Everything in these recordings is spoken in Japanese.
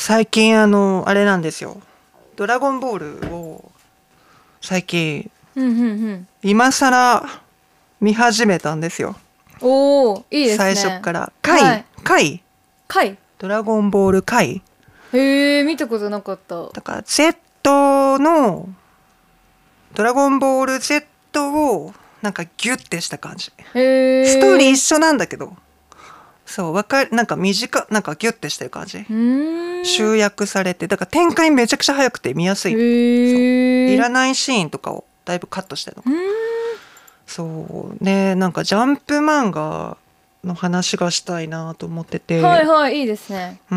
最近あれなんですよ。ドラゴンボールを最近うんうんうん。 今更見始めたんですよ。 おお、いいです最ね。 初からはい。 回回。 ドラゴンボール回へえ、見たことなかった。 だから Z のドラゴンボール Z をなんかギュッてした感じ。ストーリーへえ。 一緒なんだけど、そうなんかなんかギュッてしてる感じ。 うーん。 集約されて、だから展開めちゃくちゃ早くて見やすい。そういへえ。 らないシーンとかをだいぶカットしてるのか。 うーん。 そうね、なんかジャンプ漫画の話がしたいなと思ってて、 はいはい、いいですね。 うん、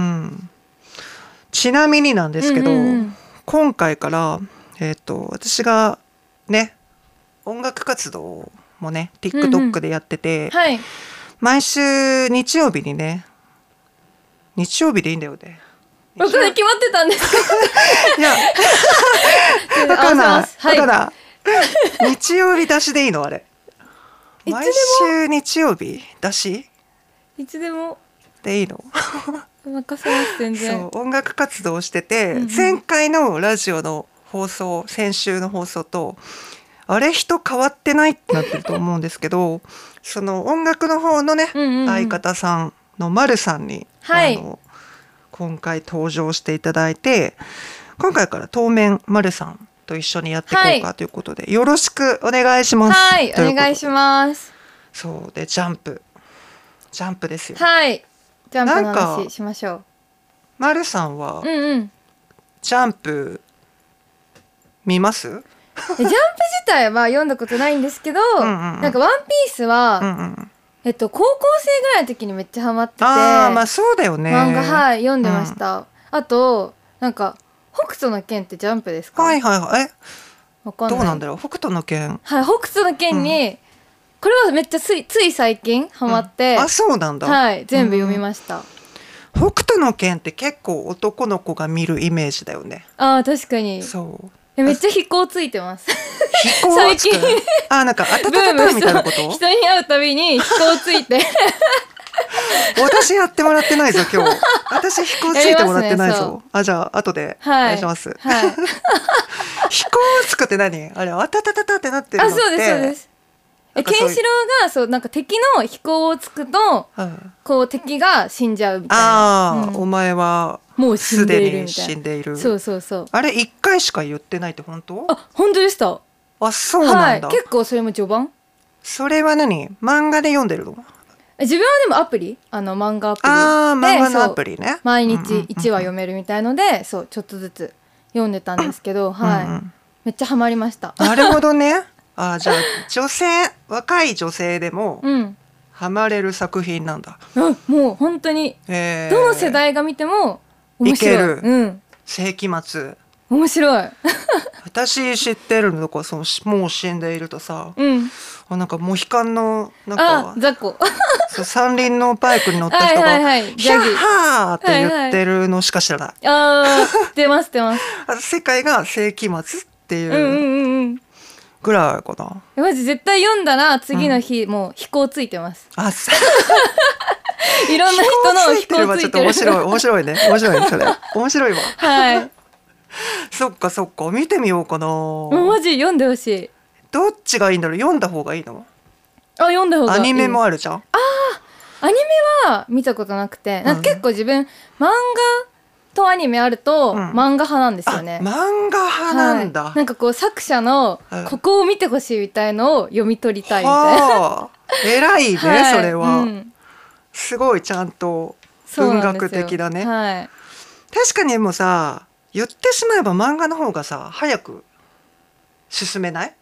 ちなみになんですけど、 うんうんうん。 今回から、私がね音楽活動もねうんう TikTok ん。 でやってて、 はい。 毎週日曜日にね、日曜日でいいんだよね。 僕で決まってたんですか？ いやバ合わせまカなす。はい。 バカな日曜日出しでいいのあれ。毎いつで週日曜日出しも、いつでもでいいの？ 任せます、全然。 そう音楽活動をしてて、 うんうん。 前回のラジオの放送、先週の放送とあれ人変わってないってなってると思うんですけど、その音楽の方のね、 うんうんうん。 相方さんのまるさんに、 はい。 今回登場していただいて、今回から当面まるさんと一緒にやっていこはい。 うかということで、よろしくお願いします。 はい、おということで、 願いします。 そうでジャンプですよ。 はい。ジャンプのなんか話しましょまるさんう。 はうんうん。 ジャンプ見ます？ ジャンプ自体は読んだことないんですけど、 うんうんうんなんかワンピースうんは、 うん。 高校生ぐらいの時にめっちゃハマってて、 ああ、まあそうだよね。 漫画、はい、読んでましうん、 た。あと、なんか、北斗の拳ってジャンプですか？ はいはいはい。 わかんない。 どうなんだろう。北斗の拳。 はい、北斗の拳に、これはめっちゃつい最近ハマっあ、 て、 そうなんだ。 はい、全部読みうん。 ました。 北斗の拳って結構男の子が見るイメージだよね。 ああ、確かに。 そう。 めっちゃ飛行ついてます。 飛行最近つく。あ、なんかあたブーム、 たたたみたいなこそうと？ 人に会うたびに飛行ついて私やってもらってないぞ今日。私飛行ついてもらってないやりますね。 ぞ。あ、じゃあ後でおはい願いします。 はい。 飛行つくって何？あれあたたたたってなってるあ、 のっそうですそうでて。 す。 なんかそういう。 ケンシロウがそうなんか敵の飛行をつくとうん、 こう敵が死んじゃうみたいな、 ああ、おうん、 前はもう死んすででいるにみたいな。 死んでいる。 そうそうそう。 あれ一回しか言ってないって本当？ あ、本当でした。 あ、そうはい、 なんだ。 結構それも序盤。 それは何？漫画で読んでるの？ 自分はでもアプリ、漫画アプリああ、漫画のアでそうプリね。 毎日うんうんうん 1話読めるみたいので、そうちょっとずつ読んでたんですけど、はい、 うんうん。 めっちゃハマりました。 なるほどね。あ、じゃあ若い女性でもうん、 ハマれる作品なんだ。 もう本当にどの世代が見ても面白い。 いける。 うん、 世紀末。 面白い。 私知ってるのとかもう死んでいるとさ、 うん。 なんかモヒカンのなんあ、 か雑魚。 そう三輪のバイクに乗ったはい人がはいはい。 ヒャッハーって言はいはいってるのしか知らない。 出ます出ます。 世界が世紀末っていううんうんうんうん。 ぐらいかな。 マジ絶対読んだら次の日、もう飛行ついてます。 あ、 いろんな人の飛飛行ついてるはちょっと行ついてる。 面白いねそれ面白いわ。 はい。 そっか見てみようかな。 もうマジ読んでほしい。 どっちがいいんだろう。読んだ方がいいの？ 読んだ方がいい。 アニメもあるじゃん。 アニメは見たことなくて、なんか結構自分漫画とアニメあると漫画派なんですよね。 漫画派なんだ。 はい、なんかこう作者のここを見てほしいみたいのを読み取りたいみたいな。 偉いね、 はい、 それは、 うん、 すごいちゃんと文学的だね。 はい、 確かにでもさ、言ってしまえば漫画の方がさ早く進めない？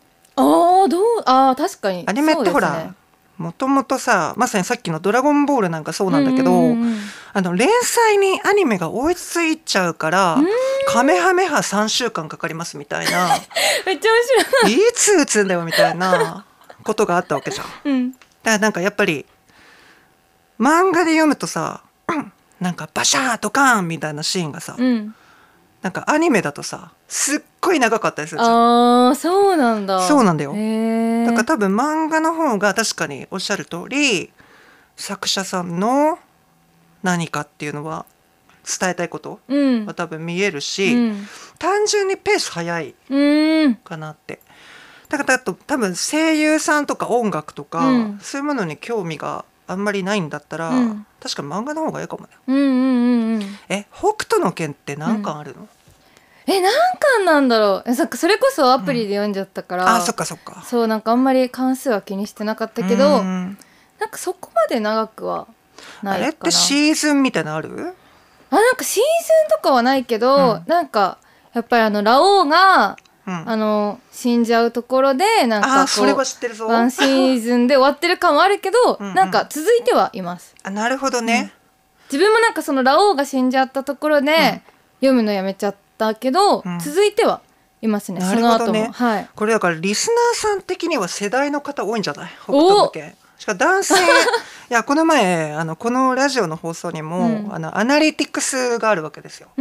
確かに。 アニメってほら、 そうですね、 もともとさ、まさにさっきのドラゴンボールなんかそうなんだけど、連載にアニメが追いついちゃうから、カメハメハ3週間かかりますみたいなめっちゃ面白い。 いつ打つんだよみたいなことがあったわけじゃん。 うん、 だからなんかやっぱり漫画で読むとさ、なんかバシャードカーンみたいなシーンがさ、 うん、 なんかアニメだとさすっごい長かったりするじゃん。 そうなんだ。 そうなんだよ。 へー。 だから多分漫画の方が確かにおっしゃる通り作者さんの何かっていうのは伝えたいことうんは多分見えるし、 うん単純にペース早いうんかなって。だから多分声優さんとか音楽とか、そういうものに興味があんまりないんだったら、確か漫画の方がいいかもね。 うんうんうんうん。 北斗の拳って何巻あるの？ 何巻なんだろう。それこそアプリで読んじゃったから、 そっかそっか。 そうなんかあんまり関数は気にしてなかったけど、なんかそこまで長くはないかな。 あれってシーズンみたいなのある？ なんかシーズンとかはないけど、なんかやっぱりラオウが死んじゃうところでなんかそれは知ってるぞ。 ワンシーズンで終わってる感はあるけどなんか続いてはいます。 なるほどね、 自分もなんかそのラオウが死んじゃったところで、読むのやめちゃったけど、続いてはいますね。 なるほどね、 その後も、はい、 これだからリスナーさん的には世代の方多いんじゃない？北斗の拳。しかも男性いやこの前このラジオの放送にも、アナリティクスがあるわけですよ。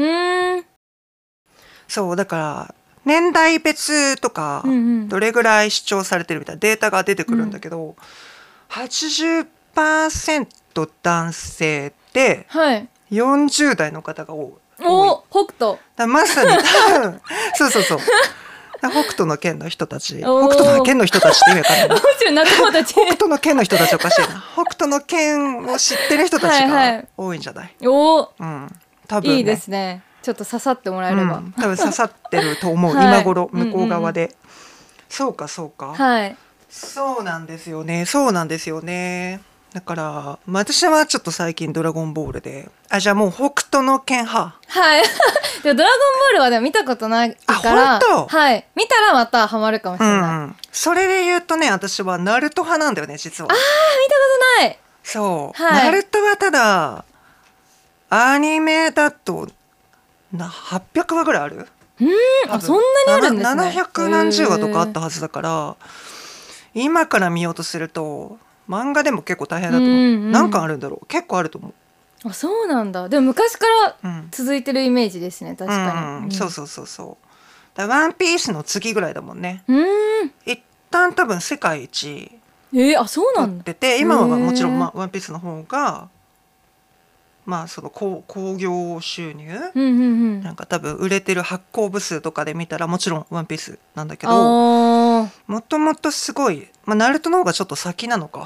そうだから年代別とかどれぐらい視聴されてるみたいなデータが出てくるんだけど、80% 男性で40代の方が多い。 北斗だまさにそう北斗の拳の人たち、北斗の拳の人たちって意味わかんないな。 仲間たち北斗の拳の人たちおかしいな。北斗の拳を知ってる人たちが多いんじゃない？多分ね。 いいですね。ちょっと刺さってもらえれば、 多分刺さってると思う、今頃向こう側で、そうかそうなんですよね。だから私はちょっと最近ドラゴンボールでじゃあもう北斗の拳派。 でもドラゴンボールはでも見たことないから本当？ 見たらまたハマるかもしれない、 それで言うとね、私はナルト派なんだよね実は。見たことない。 そう、ナルトはただアニメだと800話ぐらいある？ そんなにあるんですね。 700何十話とかあったはずだから、今から見ようとすると漫画でも結構大変だと思う。何巻あるんだろう？結構あると思う。 そうなんだ。でも昔から続いてるイメージですね、確かに。 そうだワンピースの次ぐらいだもんね。一旦多分世界一そうなんだ。 取ってて、今はもちろん、ワンピースの方がその興行収入、なんか多分売れてる発行部数とかで見たらもちろんワンピースなんだけど、もともとすごい、ナルトの方がちょっと先なのか。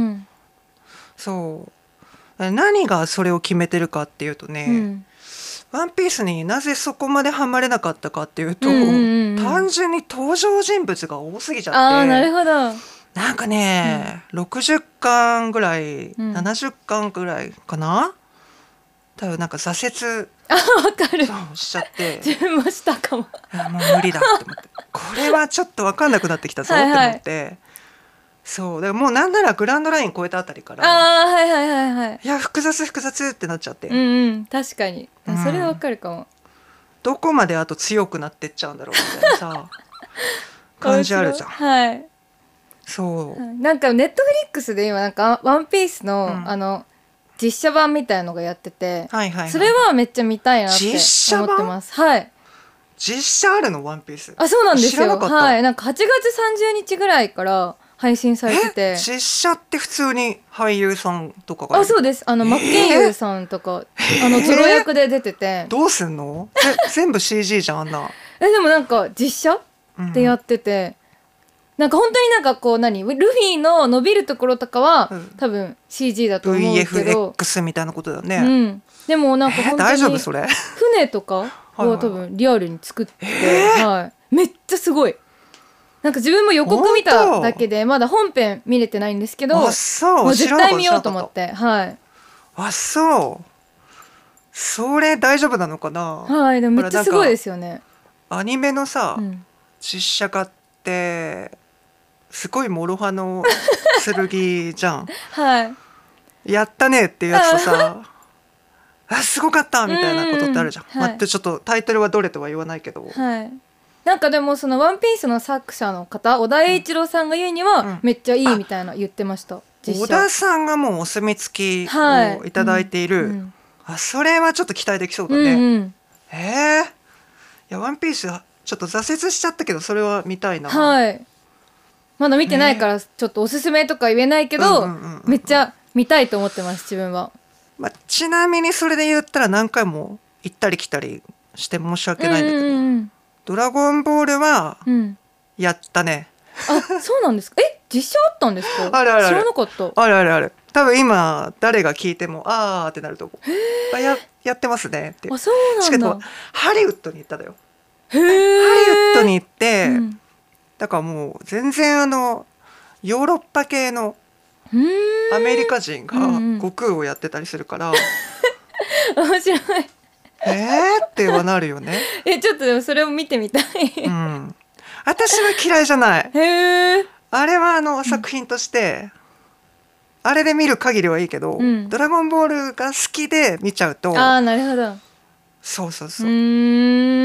そう何がそれを決めてるかっていうとね、ワンピースになぜそこまでハマれなかったかっていうと、単純に登場人物が多すぎちゃって。 なるほど。 なんかね、60巻ぐらい、70巻ぐらいかな、多分なんか挫折わかるしちゃって自分もしたかも。 もう無理だって思ってこれはちょっと分かんなくなってきたぞって思って、そうだからもうなんならグランドライン超えたあたりからいや複雑ってなっちゃって、 確かにそれは分かるかも。 どこまであと強くなってっちゃうんだろうみたいなさ感じあるじゃん。そうなんかネットフリックスで今なんかワンピースの、実写版みたいのがやってて、それはめっちゃ見たいなって思ってます。 実写あるのワンピース？ そうなんですよ。なんか8月30日ぐらいから配信されてて。 実写って普通に俳優さんとかがそうです。真剣佑さんとかゾロ役で出てて。 どうすんの？全部 CG じゃんあんな。 でもなんか実写でやってて、なんか本当になんかこうルフィの伸びるところとかは、多分 CG だと思うけど VFX みたいなことだよね。 でもなんか本当に大丈夫それ？ 船とかを多分リアルに作って、めっちゃすごい。なんか自分も予告見ただけでまだ本編見れてないんですけど、もう絶対見ようと思って。 それ大丈夫なのかな？ でもめっちゃすごいですよね。 アニメのさ、実写化ってすごい諸刃の剣じゃん。やったねっていうやつとさすごかったみたいなことってあるじゃん。待ってちょっとタイトルはどれとは言わないけど、 なんかでもそのワンピースの作者の方小田栄一郎さんが言うにはめっちゃいいみたいな言ってました。 小田さんがもうお墨付きをいただいている、それはちょっと期待できそうだね。いやワンピースちょっと挫折しちゃったけどそれは見たいな。まだ見てないからちょっとおすすめとか言えないけど、めっちゃ見たいと思ってます自分は。 まあ、ちなみにそれで言ったら何回も行ったり来たりして申し訳ないんだけど、ドラゴンボールはやったね。 あ、そうなんですか。実写あったんですか。 あれあれあれ、 知らなかった。 あれあれあれ、多分今誰が聞いてもあーってなると思う。やってますねって。 あ、そうなんだ。 しかもハリウッドに行ったのよ。 ハリウッドに行って、だからもう全然ヨーロッパ系のアメリカ人が悟空をやってたりするから、 面白い。 ってはなるよね。 ちょっとでもそれを見てみたい。 私は嫌いじゃない。あれは作品として、あれで見る限りはいいけど、ドラゴンボールが好きで見ちゃうと、 なるほど。 そうそうそう、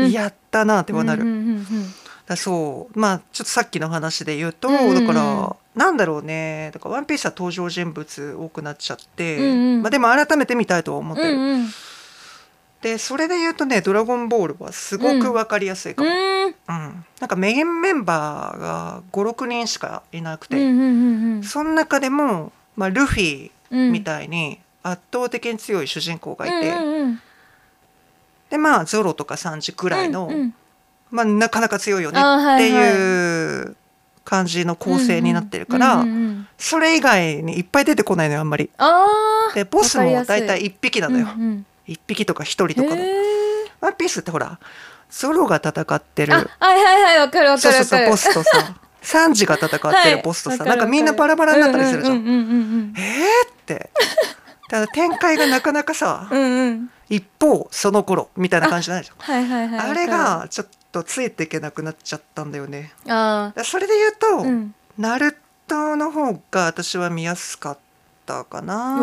やったなってはなる。だそうまあちょっとさっきの話で言うと、だからなんだろうね、だからワンピースは登場人物多くなっちゃって、まあ、でも改めて見たいとは思ってる。でそれで言うとね、ドラゴンボールはすごく分かりやすいかも。なんかメインメンバーが56人しかいなくて、その中でも、まあ、ルフィみたいに圧倒的に強い主人公がいて、でまあゾロとかサンジくらいの、まあ、なかなか強いよねっていう感じの構成になってるから、それ以外にいっぱい出てこないのよ、あんまり。でボスもだいたい1匹なのよ。1匹とか1人とかの。ワンピースってほらゾロが戦ってる、 はいはいはい、わかるわかるわかる。 そうそうそう、ボスとさサンジが戦ってるボスとさ、なんかみんなバラバラになったりするじゃん。ってただ展開がなかなかさ、一方その頃みたいな感じなんじゃん。あれがちょっとついていけなくなっちゃったんだよね。それで言うと、ナルトの方が私は見やすかったかな。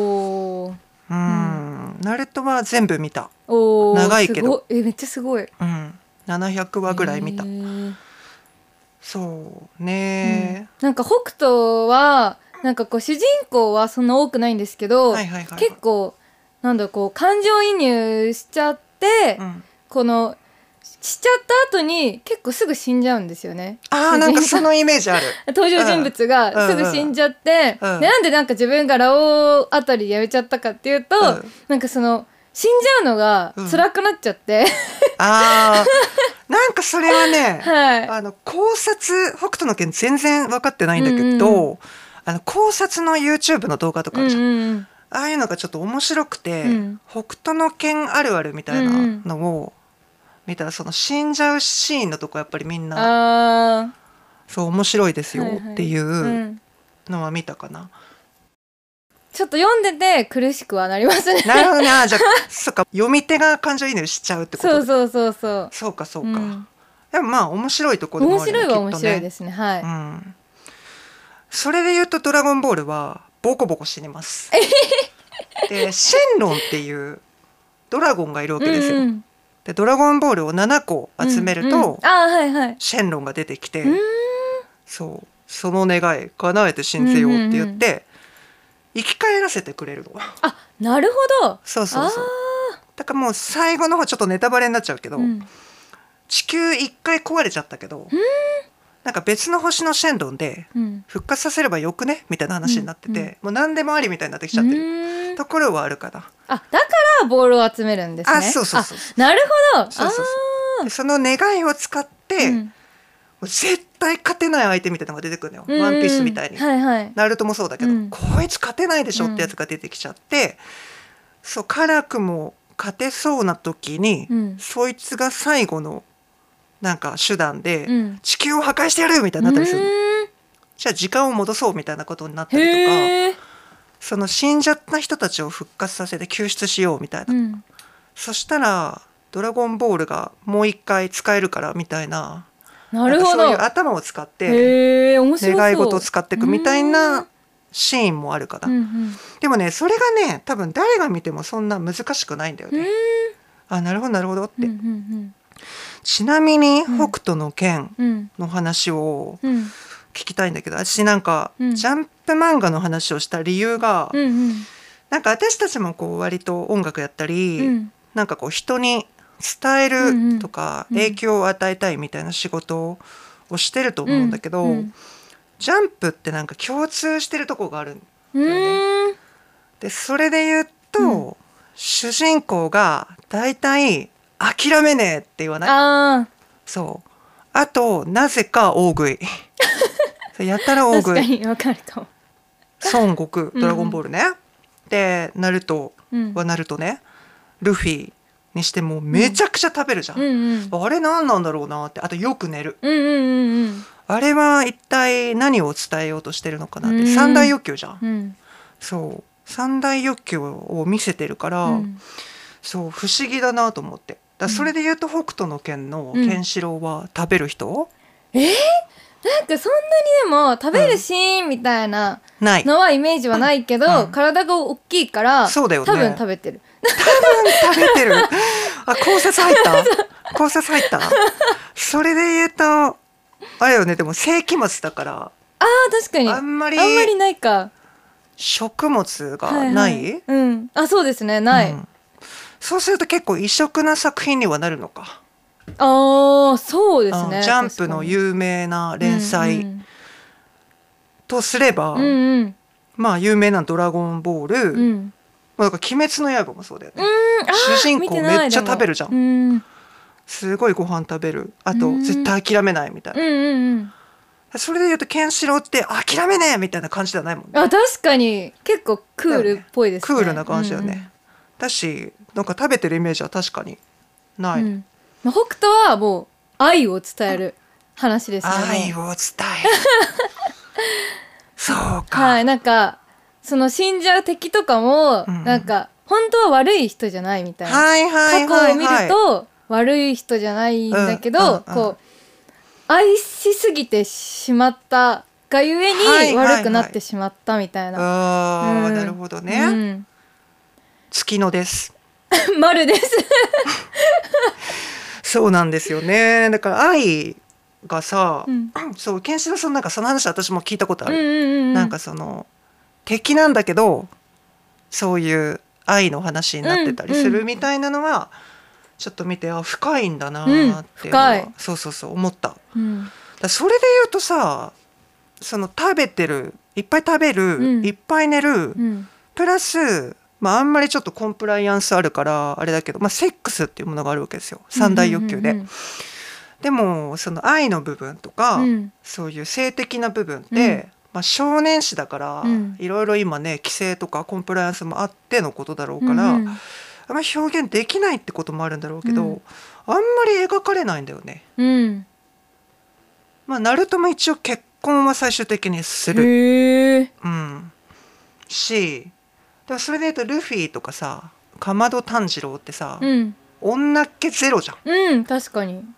ナルトは全部見た。長いけどめっちゃすごい。 700話ぐらい見た。そうね、 なんか北斗はなんかこう主人公はそんな多くないんですけど、結構なんだこう感情移入しちゃって、このしちゃった後に結構すぐ死んじゃうんですよね。 なんかそのイメージある。 登場人物がすぐ死んじゃって、でなんでなんか自分がラオウあたりでやめちゃったかっていうと、なんかその死んじゃうのが辛くなっちゃって、 なんかそれはね、考察、北斗の拳全然分かってないんだけど、考察の YouTube の動画とかあるじゃん。ああいうのがちょっと面白くて、北斗の拳あるあるみたいなのを見たら、その死んじゃうシーンのとこやっぱりみんなそう面白いですよっていうのは見たかな。 ちょっと読んでて苦しくはなりますね。 なるほどね。じゃあそっか、読み手が感情移入しちゃうってことで。そうかそうか。でもまあ面白いところでもあるよね、きっとね。 面白いですね。はい。 それで言うとドラゴンボールはボコボコ死にます。でシェンロンっていうドラゴンがいるわけですよ。でドラゴンボールを7個集めると、シェンロンが出てきて、その願い叶えて信じようって言って、生き返らせてくれるの。 なるほど。 そうだからもう最後の方ちょっとネタバレになっちゃうけど、地球一回壊れちゃったけど、なんか別の星のシェンロンで復活させればよくねみたいな話になってて、もう何でもありみたいになってきちゃってるところはあるかな。 だからボールを集めるんですね。 そうなるほど。 その願いを使って、絶対勝てない相手みたいなのが出てくるのよ。ワンピースみたいに。ナルトもそうだけど、こいつ勝てないでしょってやつが出てきちゃって、辛くも勝てそうな時に、そいつが最後のなんか手段で地球を破壊してやるみたいになったりするの。じゃあ時間を戻そうみたいなことになったりとか、その死んじゃった人たちを復活させて救出しようみたいな、そしたらドラゴンボールがもう一回使えるからみたいな。 なるほど。 そういう頭を使って願い事を使っていくみたいなシーンもあるから。でもね、それがね多分誰が見てもそんな難しくないんだよね。なるほどなるほどって。ちなみに北斗の拳の話を聞きたいんだけど、私なんかジャンプ漫画の話をした理由が、なんか私たちもこう割と音楽やったり、なんかこう人に伝えるとか影響を与えたいみたいな仕事をしてると思うんだけど、ジャンプってなんか共通してるとこがあるんだよね。でそれで言っと、主人公がだいたい諦めねえって言わない？ あそう。あとなぜか大食いやたら大食い。 確かにわかるかも。 孫悟空、ドラゴンボールね。でナルトはナルトね、ルフィにしてもめちゃくちゃ食べるじゃん、あれ何なんだろうなって。あとよく寝る、あれは一体何を伝えようとしてるのかなって。三大欲求じゃん、そう三大欲求を見せてるから、そう不思議だなと思って。それで言うと北斗の拳のケンシロウは食べる人？ なんかそんなにでも食べるシーンみたいなのはイメージはないけど、体が大きいからそうだよね、 多分食べてる。 多分食べてる。あ、考察入った考察入った。それで言うとあれよね、でも世紀末だから。 確かにあんまりないか。 食物がない、 あ、そうですね、ない、 そうすると結構異色な作品にはなるのか。 そうですね。 ジャンプの有名な連載とすれば、まあ有名なドラゴンボール、なんか鬼滅の刃もそうだよね。主人公めっちゃ食べるじゃん。すごいご飯食べる。あと絶対諦めないみたいな。それで言うとケンシロウって諦めねえみたいな感じではないもんね。 確かに結構クールっぽいですね。 クールな感じだよね。だしなんか食べてるイメージは確かにない。 北斗はもう愛を伝える話ですね。 愛を伝えるそうか。 なんかその死んじゃう敵とかも、なんか本当は悪い人じゃないみたいな、過去を見ると悪い人じゃないんだけど、こう愛しすぎてしまったがゆえに悪くなってしまったみたいな。 なるほどね。月野です丸ですそうなんですよね。だから愛がさ、そうケンシロウさんなんかその話私も聞いたことある。なんかその敵なんだけどそういう愛の話になってたりするみたいなのは、ちょっと見て深いんだなっていうのは、そう思った。だそれで言うとさ、その食べてる、いっぱい食べる、いっぱい寝る、プラスあんまりちょっとコンプライアンスあるからあれだけど、セックスっていうものがあるわけですよ、三大欲求で。でもその愛の部分とか、そういう性的な部分って、少年誌だから、いろいろ今ね規制とかコンプライアンスもあってのことだろうから、あんまり表現できないってこともあるんだろうけど、あんまり描かれないんだよね。ナルトも一応結婚は最終的にする。し、でもそれで言うとルフィとかさ、竈門炭治郎ってさ、女っ気ゼロじゃん。 確かに。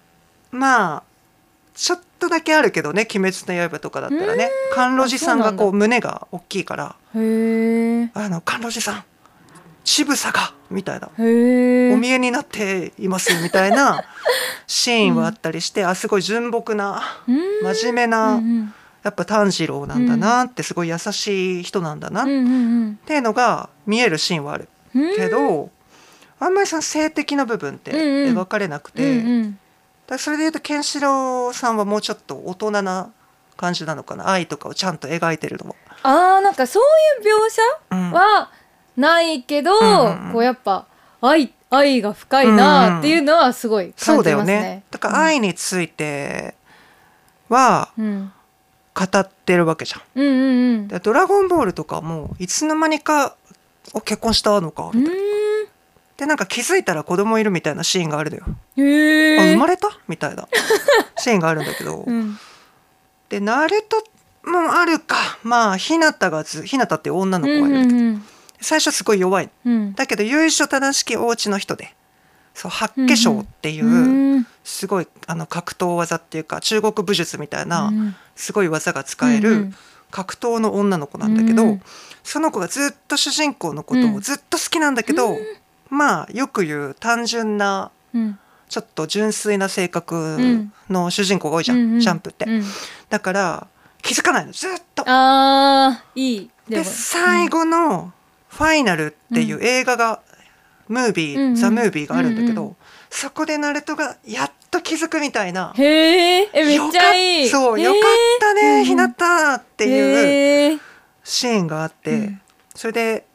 ちょっとだけあるけどね、鬼滅の刃とかだったらね、甘露寺さんがこう胸が大きいから、甘露寺さん乳房がみたいな、お見えになっていますみたいなシーンはあったりして、すごい純朴な真面目な、やっぱ炭治郎なんだなって、すごい優しい人なんだなっていうのが見えるシーンはあるけど、あんまりその性的な部分って描かれなくて、それでいうとケンシロウさんはもうちょっと大人な感じなのかな。愛とかをちゃんと描いてるのは。 なんかそういう描写はないけど、こうやっぱ愛が深いなっていうのはすごい感じますね。 そうだよね。だから愛については語ってるわけじゃん。ドラゴンボールとかもいつの間にか結婚したのかみたいな。でなんか気づいたら子供いるみたいなシーンがあるのよ。生まれたみたいなシーンがあるんだけど、でナルトもあるか。ひなたっていう女の子がいるんだけど、最初すごい弱い、だけど由緒正しきお家の人で、そう八卦掌っていうすごい格闘技っていうか中国武術みたいなすごい技が使える格闘の女の子なんだけど、その子がずっと主人公のことをずっと好きなんだけど、よく言う単純な、ちょっと純粋な性格の主人公が多いじゃん、ジャンプって。だから気づかないの、ずっと。で最後のファイナルっていう映画が、ザ・ムービーがあるんだけど、そこでナルトがやっと気づくみたいな。 めっちゃいい。 そうよかったね、ひなたっていうシーンがあって、それで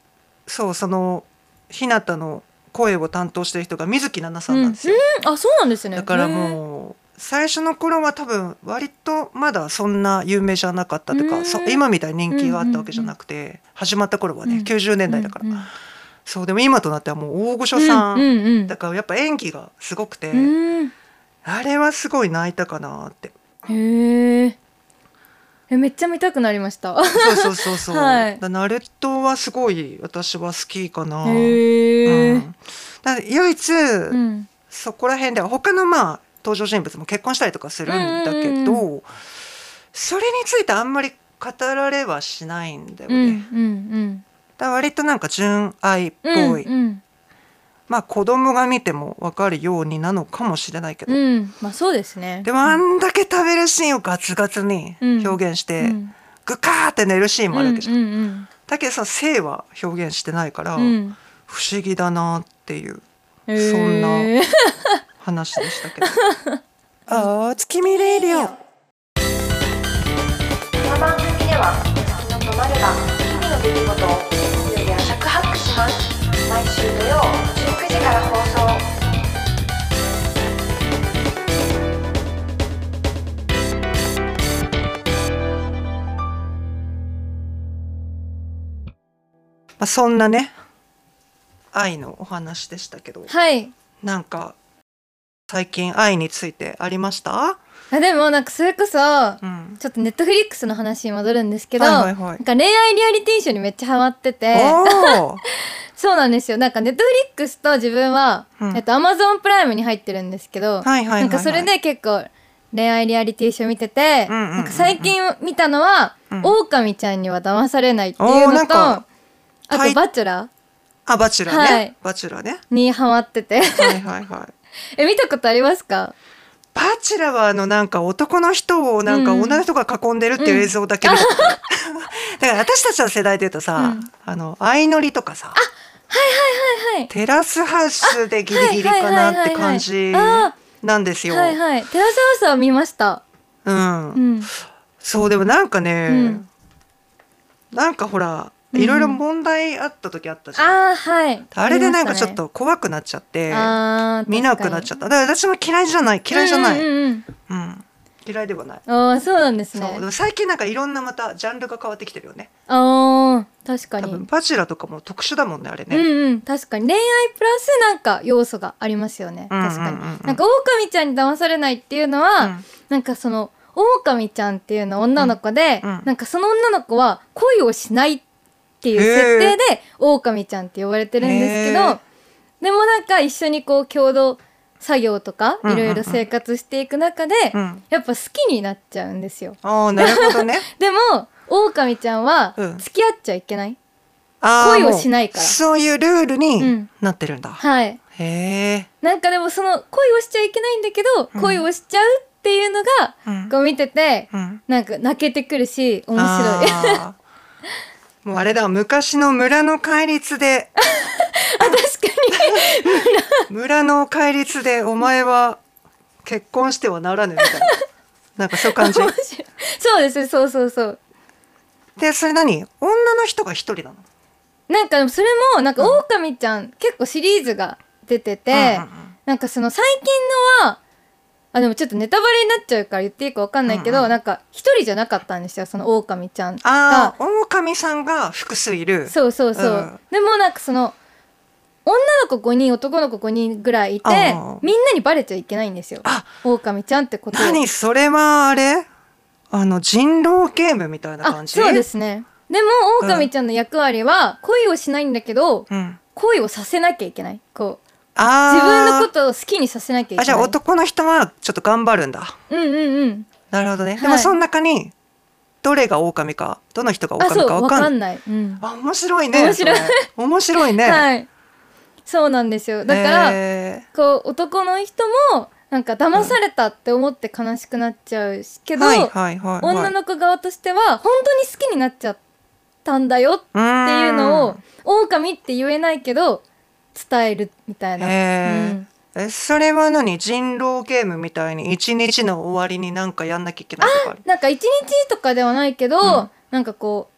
そうそのひなたの声を担当してる人が水木奈々さんなんですよ、 あ、そうなんですね。 だからもう最初の頃は多分割とまだそんな有名じゃなかったというか、今みたいに人気があったわけじゃなくて、始まった頃はね、90年代だから、そうでも今となってはもう大御所さん、だからやっぱ演技がすごくて、あれはすごい泣いたかなって。 へえ。めっちゃ見たくなりました。 そうそうそう、はい、ナルトはすごい私は好きかな。だ唯一、そこら辺では他の登場人物も結婚したりとかするんだけど、それについてあんまり語られはしないんだよね。だ割となんか純愛っぽい、子供が見ても分かるようになのかもしれないけど、 そうですね。 でもあんだけ食べるシーンをガツガツに表現して、グカーって寝るシーンもあるわけじゃん。だけどさ、性は表現してないから、不思議だなっていう、そんな話でしたけど。お月見レディオ。この番組では月のとまれば日々の出来事を月曜日浅くハックします。毎週土曜19時から放送。 そんなね愛のお話でしたけど、 はい、 なんか最近愛についてありました？ でもなんかそれこそ、ちょっとネットフリックスの話に戻るんですけど、なんか恋愛リアリティショーにめっちゃハマっててそうなんですよ。なんかネットフリックスと自分は、アマゾンプライムに入ってるんですけど、なんかそれで結構恋愛リアリティショー見てて、なんか最近見たのは、狼ちゃんには騙されないっていうのと、あとバチュラー、 バチュラーね、バチュラーねにハマってて見たことありますか？ バチュラーはなんか男の人をなんか女の人が囲んでるっていう映像だけ見たことある、だから私たちの世代でいうとさ、相乗りとかさ、テラスハウスでギリギリかなって感じなんですよ。 テラスハウスは見ました。 そうでもなんかね、なんかほらいろいろ問題あった時あったじゃん。あれでなんかちょっと怖くなっちゃって見なくなっちゃった。だから私も嫌いじゃない、嫌いではない。 そうなんですね。 でも最近なんかいろんなまたジャンルが変わってきてるよね。 確かに。 多分バチュラとかも特殊だもんね、あれね。 確かに恋愛プラスなんか要素がありますよね。確かに。なんか狼ちゃんに騙されないっていうのは、なんかその狼ちゃんっていうのは女の子で、なんかその女の子は恋をしないっていう設定で狼ちゃんって呼ばれてるんですけど、でもなんか一緒にこう共同作業とかいろいろ生活していく中で、やっぱ好きになっちゃうんですよ。 なるほどね。 でも狼ちゃんは付き合っちゃいけない、恋をしないから、 そういうルールになってるんだ。 はい。なんかでもその恋をしちゃいけないんだけど、恋をしちゃうっていうのがこう見てて、なんか泣けてくるし面白い。 もうあれだ、昔の村の戒律で確かに村の戒律でお前は結婚してはならぬみたいな、なんかそういう感じ。 そうです、そうそうそう。 でそれ何、女の人が一人なの？ なんかそれもなんか狼ちゃん、結構シリーズが出てて、なんかその最近のはでもちょっとネタバレになっちゃうから言っていいか分かんないけど、なんか一人じゃなかったんですよ、その狼ちゃんが。 狼さんが複数いる。 そうそうそう、でもなんかその女の子5人男の子5人ぐらいいて、みんなにバレちゃいけないんですよ、狼ちゃんってこと。 何それはあれ、人狼ゲームみたいな感じ？ そうですね。でも狼ちゃんの役割は恋をしないんだけど、恋をさせなきゃいけない、こう自分のことを好きにさせなきゃいけない。 じゃあ男の人はちょっと頑張るんだ。なるほどね。でもその中にどれが狼か、どの人が狼か分かんない。面白いね。面白いね。はい。 そうなんですよ。だからこう男の人もなんか騙されたって思って悲しくなっちゃうけど、女の子側としては本当に好きになっちゃったんだよっていうのを狼って言えないけど伝えるみたいな。 それは何、人狼ゲームみたいに一日の終わりに何かやんなきゃいけないとかある？ なんか一日とかではないけど、なんかこう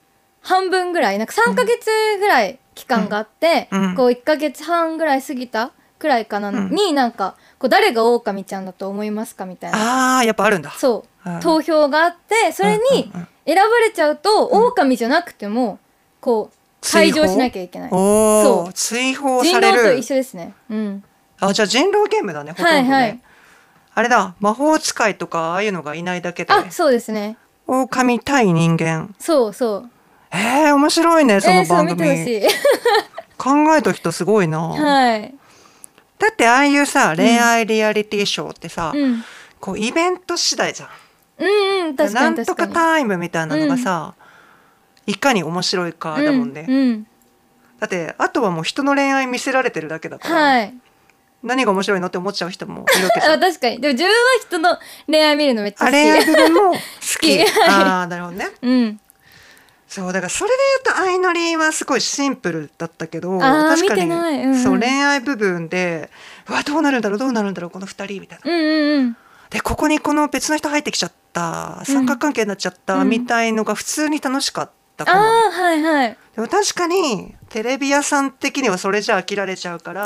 半分ぐらいなんか3ヶ月ぐらい期間があって、こう1ヶ月半ぐらい過ぎたくらいかなに、なんかこう誰が狼ちゃんだと思いますかみたいな、 やっぱあるんだ。 そう投票があって、それに選ばれちゃうと、狼じゃなくてもこう退場しなきゃいけない。 そう追放される。 人狼と一緒ですね。 じゃあ人狼ゲームだね、ほとんどね。あれだ、魔法使いとかああいうのがいないだけで。 そうですね。 狼対人間。 そう。 面白いね、その番組。 そう見てほしい。 考えた人すごいな。だってああいうさ、恋愛リアリティショーってさ、こうイベント次第じゃん。 確かになんとかタイムみたいなのがさ、いかに面白いかだもんね。だってあとはもう人の恋愛見せられてるだけだから、何が面白いのって思っちゃう人もいるわけじゃん。 確かに。でも自分は人の恋愛見るのめっちゃ好き。 恋愛部分も好き。なるほどね。そうだからそれで言うと相乗りはすごいシンプルだったけど、確かにそう恋愛部分でどうなるんだろうこの2人みたいな。でここにこの別の人入ってきちゃった三角関係になっちゃったみたいのが普通に楽しかったかもね。でも確かにテレビ屋さん的にはそれじゃ飽きられちゃうから、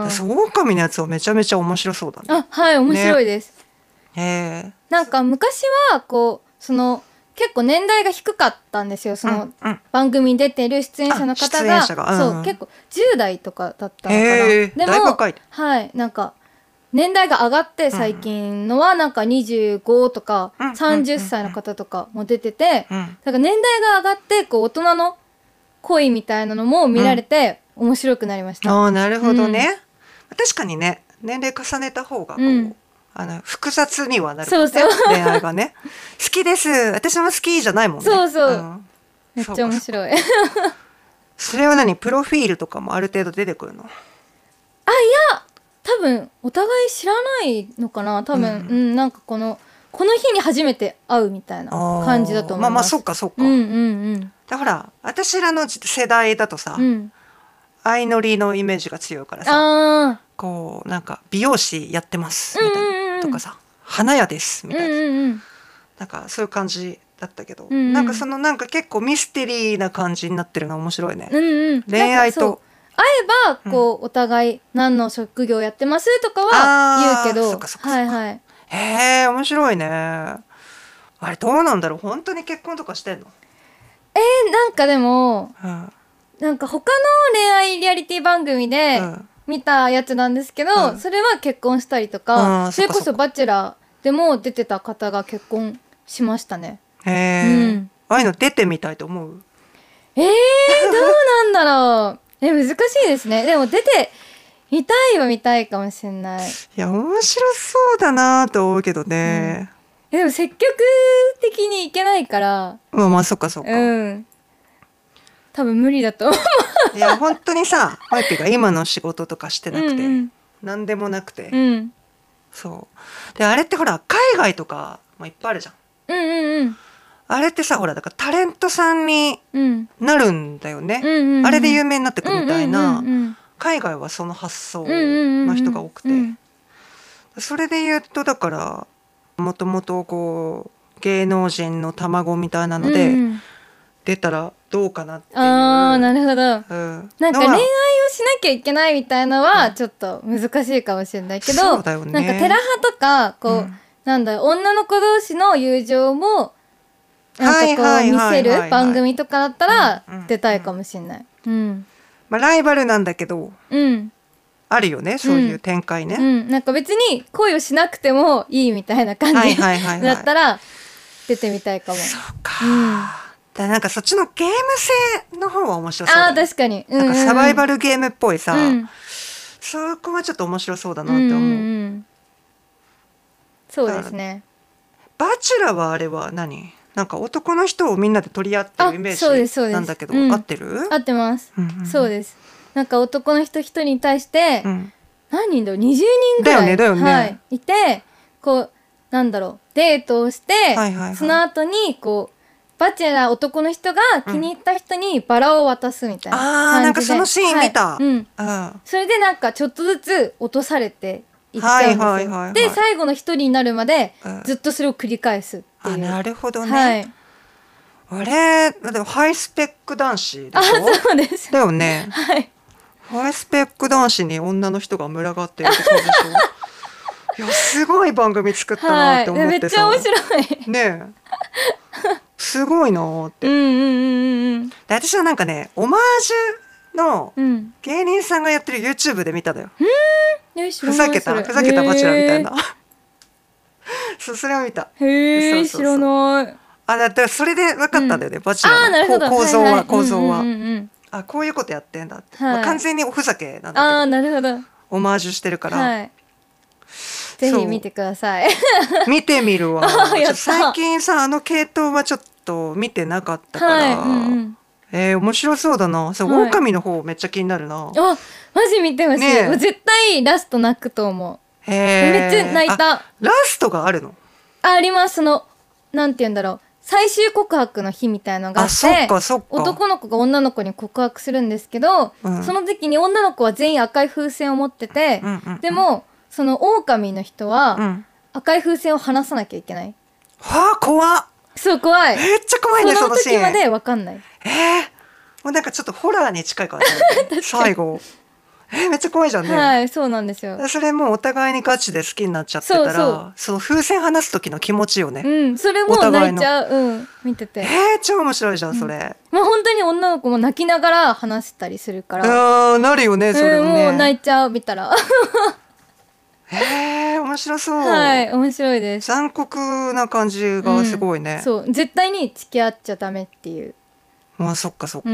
狼のやつはめちゃめちゃ面白そうだね。 面白いです。なんか昔はこうその結構年代が低かったんですよ、その番組に出てる出演者の方が。そう結構10代とかだったのかな。でもなんか年代が上がって最近のはなんか25とか30歳の方とかも出てて、だから年代が上がってこう大人の恋みたいなのも見られて面白くなりました。 なるほどね。確かにね、年齢重ねた方がこう複雑にはなるもんね、恋愛がね。好きです私も好きじゃないもんね。 めっちゃ面白い。 それは何、プロフィールとかもある程度出てくるの？ いや多分お互い知らないのかな多分。なんかこの日に初めて会うみたいな感じだと思います。 そうか。だから私らの世代だとさ、相乗りのイメージが強いからさ、こうなんか美容師やってますみたいなとかさ、花屋ですみたいな、なんかそういう感じだったけど、なんかそのなんか結構ミステリーな感じになってるのは面白いね。恋愛と会えばこうお互い何の職業やってますとかは言うけど、 面白いね。あれどうなんだろう、本当に結婚とかしてんの？ なんかでも、なんか他の恋愛リアリティ番組で見たやつなんですけど、それは結婚したりとか、それこそバチェラーでも出てた方が結婚しましたね。 ああいうの出てみたいと思う？ どうなんだろう。難しいですね。でも出てみたいは見たいかもしれない。 いや面白そうだなと思うけどね。 でも積極的にいけないから。 そっか。 多分無理だと思う。いや本当にさ、マイピが今の仕事とかしてなくて、何でもなくて、そうであれってほら海外とかいっぱいあるじゃん。あれってさほらだからタレントさんになるんだよね。あれで有名になってくるみたいな。海外はその発想の人が多くて、それで言うとだからもともとこう芸能人の卵みたいなので出たらどうかなっていう。 なるほど。なんか恋愛をしなきゃいけないみたいのはちょっと難しいかもしれないけど、なんかテラハとかこう、なんだ女の子同士の友情もなんかこう見せる番組とかだったら出たいかもしれない。 ライバルなんだけど、あるよねそういう展開ね。 なんか別に恋をしなくてもいいみたいな感じだったら出てみたいかも。 そうか。なんかそっちのゲーム性の方は面白そうだね。 確かに。 なんかサバイバルゲームっぽいさ、そこはちょっと面白そうだなって思う。 そうですね。 バチュラはあれは何？なんか男の人をみんなで取り合ってるイメージなんだけど、合ってる？ 合ってます。そうです。なんか男の人一人に対して何人だろう、20人ぐらいいて、こうなんだろうデートをして、その後にこうバチェラー男の人が気に入った人にバラを渡すみたいな感じで、 なんかそのシーン見た。 それでなんかちょっとずつ落とされていっちゃうんですよ。で最後の一人になるまでずっとそれを繰り返すっていう。 なるほどね。 あれでもハイスペック男子でしょ。 そうです。 だよね。 はい。 ハイスペック男子に女の人が群がってるってことでしょ。いやすごい番組作ったなって思ってさ、 めっちゃ面白いねえすごいなって。で私はなんかねオマージュの芸人さんがやってる YouTube で見たのよ。ふざけたバチェラーみたいなそれを見た。 へえ、知らない。 だからそれで分かったんだよね、バチェラーの構造はこういうことやってんだって、完全におふざけなんだけど、 なるほど、 オマージュしてるから、 ぜひ見てください。 見てみるわ。最近さ系統はちょっと見てなかったから、面白そうだな。狼の方めっちゃ気になるな。 マジ見てほしい。絶対ラスト泣くと思う。めっちゃ泣いた。 ラストがあるの？ あります。なんて言うんだろう、最終告白の日みたいなのがあって、男の子が女の子に告白するんですけど、その時に女の子は全員赤い風船を持ってて、でもその狼の人は赤い風船を離さなきゃいけない。 怖っ。 そう、怖い。 めっちゃ怖いね、 その時まで分かんない。 もうなんかちょっとホラーに近いからね最後。めっちゃ怖いじゃんね。 はい、そうなんですよ。 それもうお互いにガチで好きになっちゃってたら、その風船離す時の気持ちよね。 それも泣いちゃう。見てて。 超面白いじゃんそれ。 まあ本当に女の子も泣きながら話したりするから。 なるよねそれもね。 もう泣いちゃう見たら。 面白そう。 はい、面白いです。 残酷な感じがすごいね。 そう、絶対に付き合っちゃダメっていう。 そっかそっか。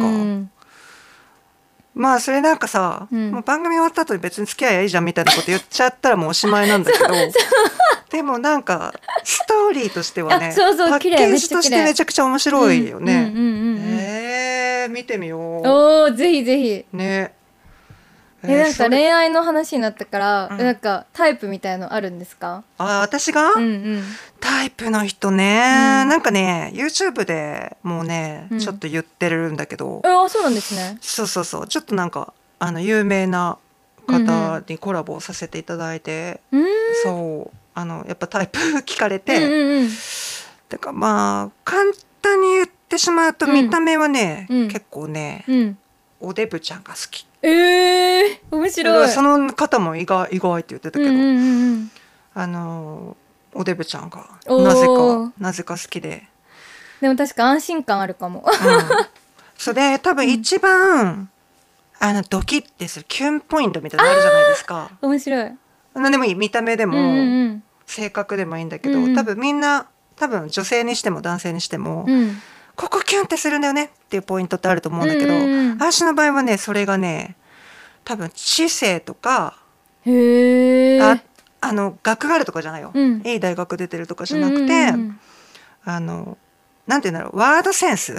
まあそれなんかさ、もう番組終わった後に別に付き合えばいいじゃんみたいなこと言っちゃったらもうおしまいなんだけどでもなんかストーリーとしてはね、パッケージとしてめちゃくちゃ面白いよね。見てみよう。 ぜひぜひね。 なんか恋愛の話になったから、なんかタイプみたいのあるんですか？ 私が、タイプの人ね、なんかね YouTube でもうね、ちょっと言ってるんだけど。 そうなんですね。 そうちょっとなんか有名な方にコラボさせていただいて、そうやっぱタイプ聞かれて、だからまあ簡単に言ってしまうと見た目はね、結構ね、おデブちゃんが好き。 面白い。 その方も意外って言ってたけど、おデブちゃんがなぜか好きで。 でも確か安心感あるかも。 それ多分一番、ドキッてするキュンポイントみたいなのあるじゃないですか。 面白い。 何でもいい、見た目でも、性格でもいいんだけど、多分みんな女性にしても男性にしても、ここキュンってするんだよねっていうポイントってあると思うんだけど、私の場合はねそれがね多分知性とか、学があるとかじゃないよ、いい大学出てるとかじゃなくて、なんていうんだろう、ワードセンス。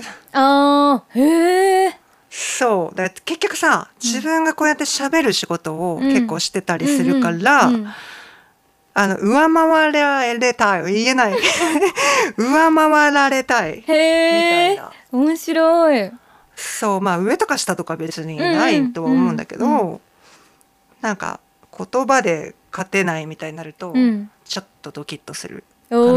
そうだから結局さ、自分がこうやって喋る仕事を結構してたりするから、上回られたい、言えない上回られたいみたいな。 面白い。 そう、まあ上とか下とか別にないとは思うんだけど、なんか言葉で勝てないみたいになると、ちょっとドキッとするかなっていう。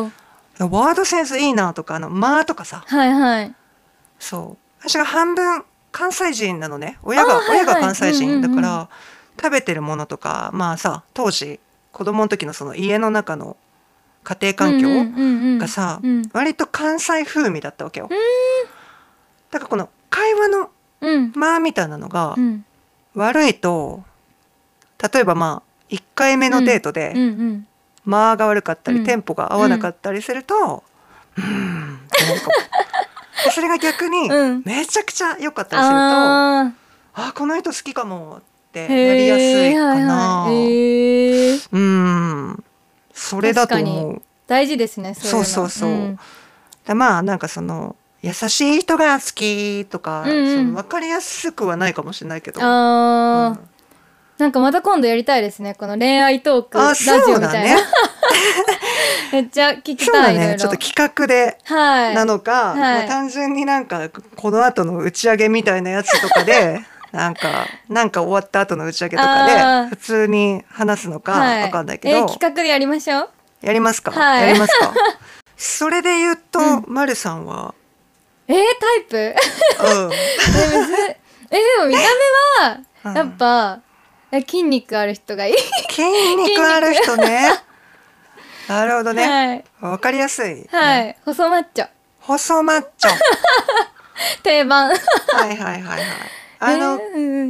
ワードセンスいいなとか、まあとかさ、そう、私が半分関西人なのね。親が関西人だから、食べてるものとか、まあさ、当時子供の時のその家の中の家庭環境がさ、割と関西風味だったわけよ。だからこの会話の間みたいなのが悪いと、例えばまあ1回目のデートで間が悪かったり、テンポが合わなかったりすると、ってなるかも。それが逆にめちゃくちゃ良かったりすると、この人好きかもってなりやすいかな。それだと思う。 大事ですね。 そうまあなんかその優しい人が好きとか、分かりやすくはないかもしれないけど、 なんかまた今度やりたいですね、この恋愛トークラジオみたいな。めっちゃ聞きたい。 そうだね、ちょっと企画でなのか、単純になんかこの後の打ち上げみたいなやつとかでなんか終わった後の打ち上げとかで普通に話すのか分かんないけど、 企画でやりましょう。 やりますか。やりますか。 それで言うと、まるさんはタイプでも見た目はやっぱ、筋肉ある人がいい。 筋肉ある人ね。なるほどね。わかりやすい。 はい。細マッチョ。 細マッチョ。 定番。 はいはいはいはい。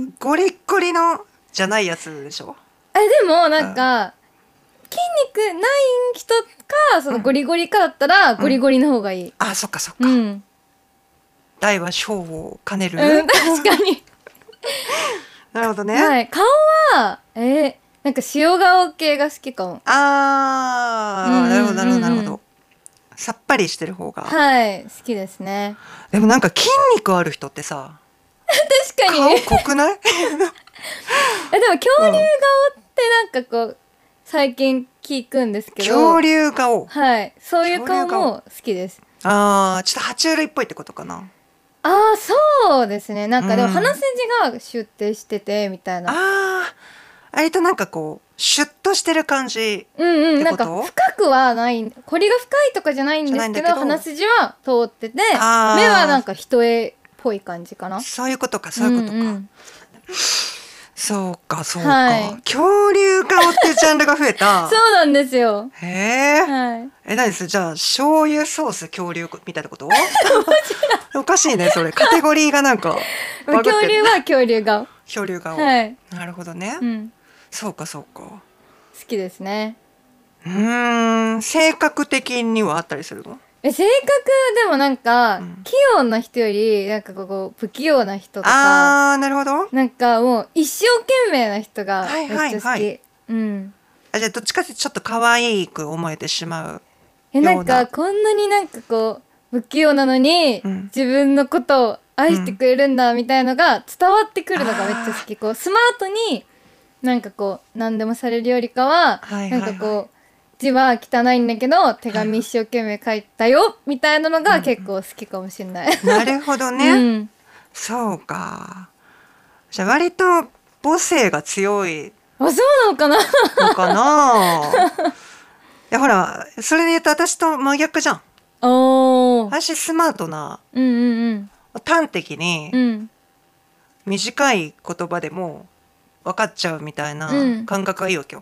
ゴリッゴリのじゃないやつでしょ。 でもなんか筋肉ない人かそのゴリゴリかだったらゴリゴリの方がいい。 あ、そっかそっか。大は小を兼ねる。 確かに。 なるほどね。 はい。顔はなんか塩顔系が好きかも。 なるほどなるほどなるほど。さっぱりしてる方が。 はい、好きですね。 でもなんか筋肉ある人ってさ、 確かに顔濃くない？ でも恐竜顔ってなんかこう最近聞くんですけど。 恐竜顔。 はい、そういう顔も好きです。 ちょっと爬虫類っぽいってことかな。 そうですね。なんかでも鼻筋がシュッてしててみたいな。 割となんかこうシュッとしてる感じ。 なんか深くはない、彫りが深いとかじゃないんですけど、鼻筋は通ってて、目はなんか人絵っぽい感じかな。 そういうことか、そういうことか。そうかそうか。恐竜顔っていうジャンルが増えた。 そうなんですよ。 へえ。何です？じゃあ醤油ソース恐竜みたいなこと？おかしいねそれ。カテゴリーがなんか。 恐竜は恐竜顔。 恐竜顔。 はい。 なるほどね。そうかそうか。好きですね。 性格的にはあったりするの？ 性格でもなんか、器用な人よりなんかこう不器用な人とか。 なるほど。 なんかもう一生懸命な人がめっちゃ好き。じゃあどっちかってちょっと可愛く思えてしまう。 なんかこんなになんかこう不器用なのに、自分のことを愛してくれるんだみたいのが伝わってくるのがめっちゃ好き。こうスマートになんかこう何でもされるよりかは、なんかこう字は汚いんだけど手紙一生懸命書いたよみたいなのが結構好きかもしれない。 なるほどね。そうか。じゃあ割と母性が強い。 そうなのかな。 いやほらそれで言うと私と真逆じゃん。私スマートな、端的に、短い言葉でも分かっちゃうみたいな感覚がいいわけよ。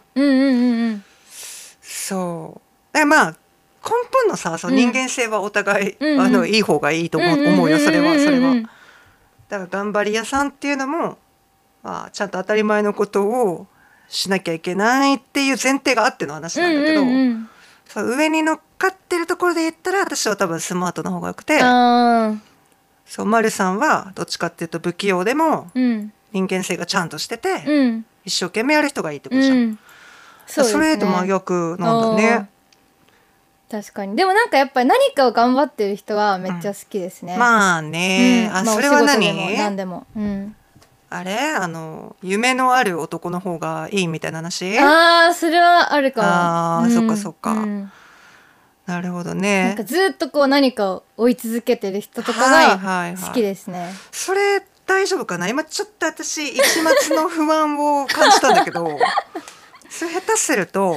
そう。まあ根本のさ、人間性はお互い、いい方がいいと思うよ。それは。だから頑張り屋さんっていうのも、ちゃんと当たり前のことをしなきゃいけないっていう前提があっての話なんだけど、上に乗っかってるところで言ったら私は多分スマートな方がよくて、そうまるさんはどっちかっていうと不器用でも人間性がちゃんとしてて、一生懸命やる人がいいってことじゃん。それと真逆なんだね。 確かに。でもなんかやっぱり何かを頑張ってる人はめっちゃ好きですね。 まあね。それは何？ 何でも。 あれ夢のある男の方がいいみたいな話？ それはあるかも。 そっかそっか。なるほどね。 なんかずっとこう何かを追い続けてる人とかが好きですね。 それ大丈夫かな？今ちょっと私一抹の不安を感じたんだけどそれ下手すると、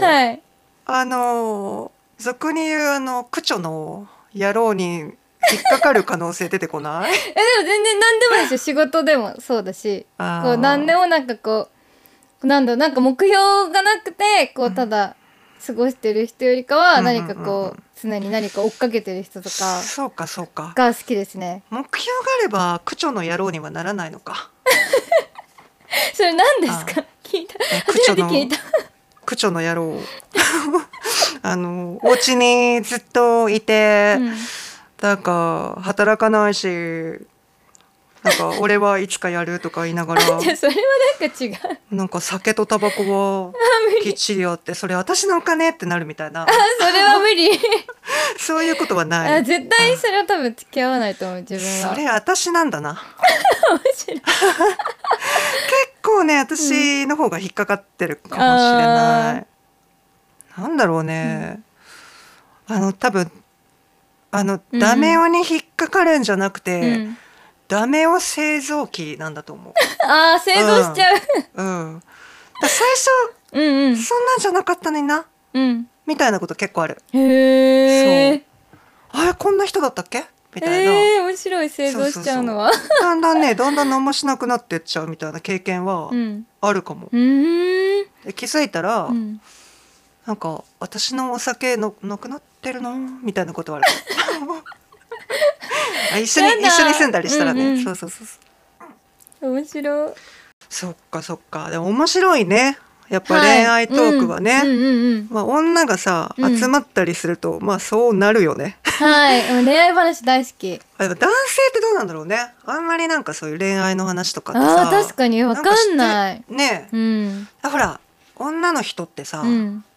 俗に言う区長の野郎に引っかかる可能性出てこない？でも全然何でもですよ。仕事でもそうだし、こう何でもなんかこうなんか目標がなくてこうただ過ごしてる人よりかは何かこう常に何か追っかけてる人とかが好きですね。 目標があれば区長の野郎にはならないのか。 それ何ですか？聞いた。初めて聞いた。 区長の野郎お家にずっといて、なんか働かないし、なんか俺はいつかやるとか言いながらそれはなんか違う。 なんか酒とタバコはきっちりあって、それ私のお金ってなるみたいな。 それは無理。 そういうことはない。 絶対それは多分付き合わないと思う。自分はそれ私なんだな。結構ね私の方が引っかかってるかもしれない。なんだろうね。多分ダメ男に引っかかるんじゃなくて、ダメ男製造機なんだと思う。 製造しちゃう。 最初、そんなんじゃなかったのにな、みたいなこと結構ある。 へえ。 あれこんな人だったっけみたいな、 面白い、想像しちゃうのは。 だんだん何もしなくなってっちゃうみたいな経験はあるかも。で気づいたら、なんか私のお酒なくなってるのみたいなことはある一緒に住んだりしたらね、そう面白い。 そっかでも面白いねやっぱ恋愛トークはね、まあ女がさ集まったりすると、まあそうなるよね。 はい、恋愛話大好き。 でも男性ってどうなんだろうね。あんまりなんかそういう恋愛の話とかってさ、 確かに分かんないね。ほら女の人ってさ、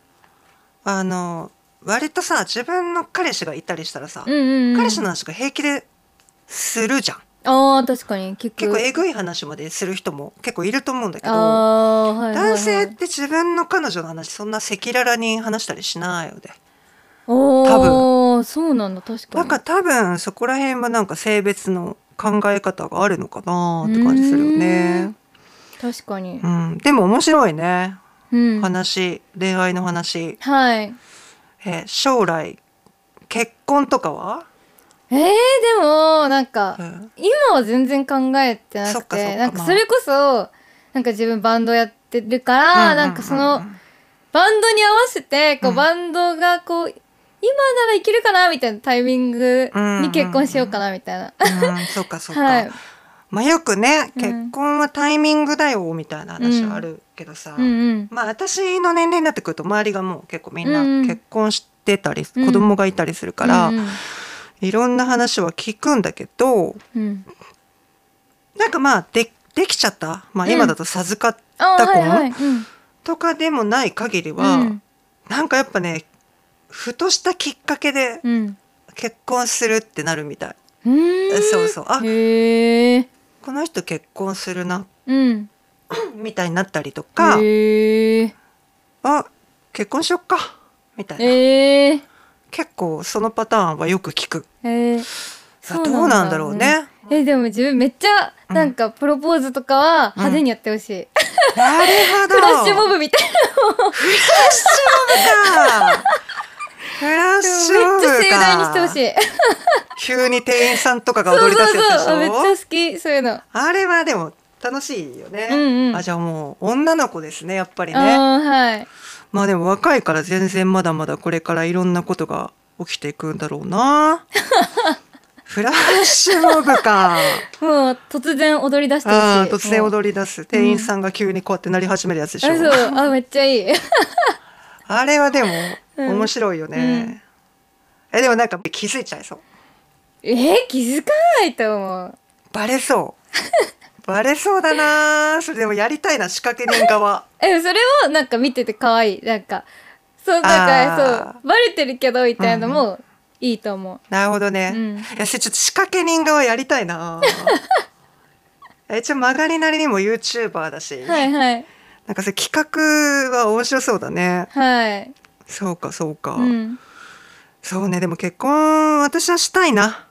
割とさ自分の彼氏がいたりしたらさ、彼氏の話が平気でするじゃん。 確かに結構えぐい話までする人も結構いると思うんだけど、男性って自分の彼女の話そんな赤裸々に話したりしないよね。多分そうなんだ。確かになんか多分そこら辺はなんか性別の考え方があるのかなって感じするよね。 確かに、 でも面白いね、話、恋愛の話。 はい。 将来結婚とかはでもなんか、今は全然考えてなくて、なんかそれこそなんか自分バンドやってるから、なんかそのバンドに合わせてこう、バンドがこう今ならいけるかなみたいなタイミングに結婚しようかなみたいな。 そうか、まあよくね、結婚はタイミングだよみたいな話あるけどさ、まあ私の年齢になってくると周りがもう結構みんな結婚してたり、子供がいたりするから、いろんな話は聞くんだけど、なんかまあできちゃった、まあ今だと授かった婚とかでもない限りは、なんかやっぱねふとしたきっかけで結婚するってなるみたい。そうあ、この人結婚するな、みたいになったりとか、あ、結婚しよっかみたいな、結構そのパターンはよく聞く。どうなんだろうね。 でも自分めっちゃなんかプロポーズとかは派手にやってほしい。 なるほど。 フラッシュモブみたいな。 フラッシュモブか。フラッシュモブか。 めっちゃ盛大にしてほしい。 急に店員さんとかが踊り出すやつでしょ。 めっちゃ好き、そういうの。 あれはでも楽しいよね。じゃあもう女の子ですね、やっぱりね。まあでも若いから全然まだまだこれからいろんなことが起きていくんだろうな。フラッシュモブか。 もう突然踊り出してほしい。 突然踊り出す店員さんが急にこうやって鳴り始めるやつでしょ。 めっちゃいい。 あれはでも面白いよね。でもなんか気づいちゃいそう。 気づかないと思う。 バレそうだな。それでもやりたいな、仕掛け人側。 それをなんか見てて可愛い。なんかそうバレてるけどみたいなのもいいと思う。 なるほどね。いやちょっと仕掛け人側やりたいな。一応曲がりなりにも YouTuber だし、なんかそれ企画は面白そうだね。そうか。そうね。でも結婚私はしたいな。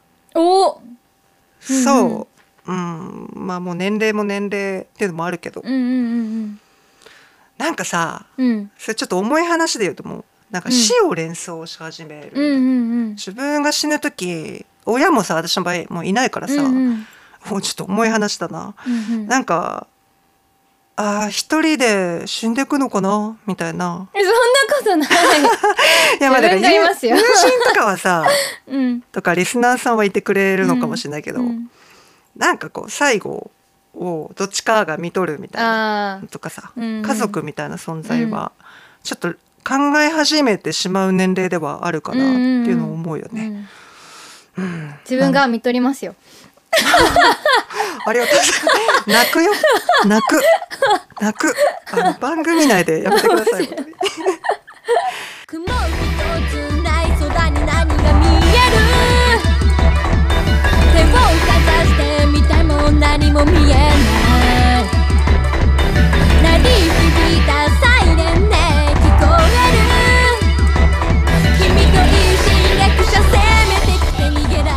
そう、まあもう年齢も年齢っていうのもあるけど、なんかさ、それちょっと重い話で言うともうなんか死を連想し始める、自分が死ぬ時親もさ、私の場合もういないからさ、もうちょっと重い話だな、なんか一人で死んでいくのかなみたいな。 そんなことない。 いやまあだから友人とかはさ、とかリスナーさんはいてくれるのかもしれないけど、なんかこう最後をどっちかが見とるみたいなとかさ、家族みたいな存在はちょっと考え始めてしまう年齢ではあるかなっていうのを思うよね。 自分が見とりますよ。 ありがとうございます。泣くよ。泣く。番組内でやめてください。 雲一つない空に何が見える。手をかざしてみても何も見えない。鳴り響いたサイレンで聞こえる。君と一心逆車攻めてきて逃げられない。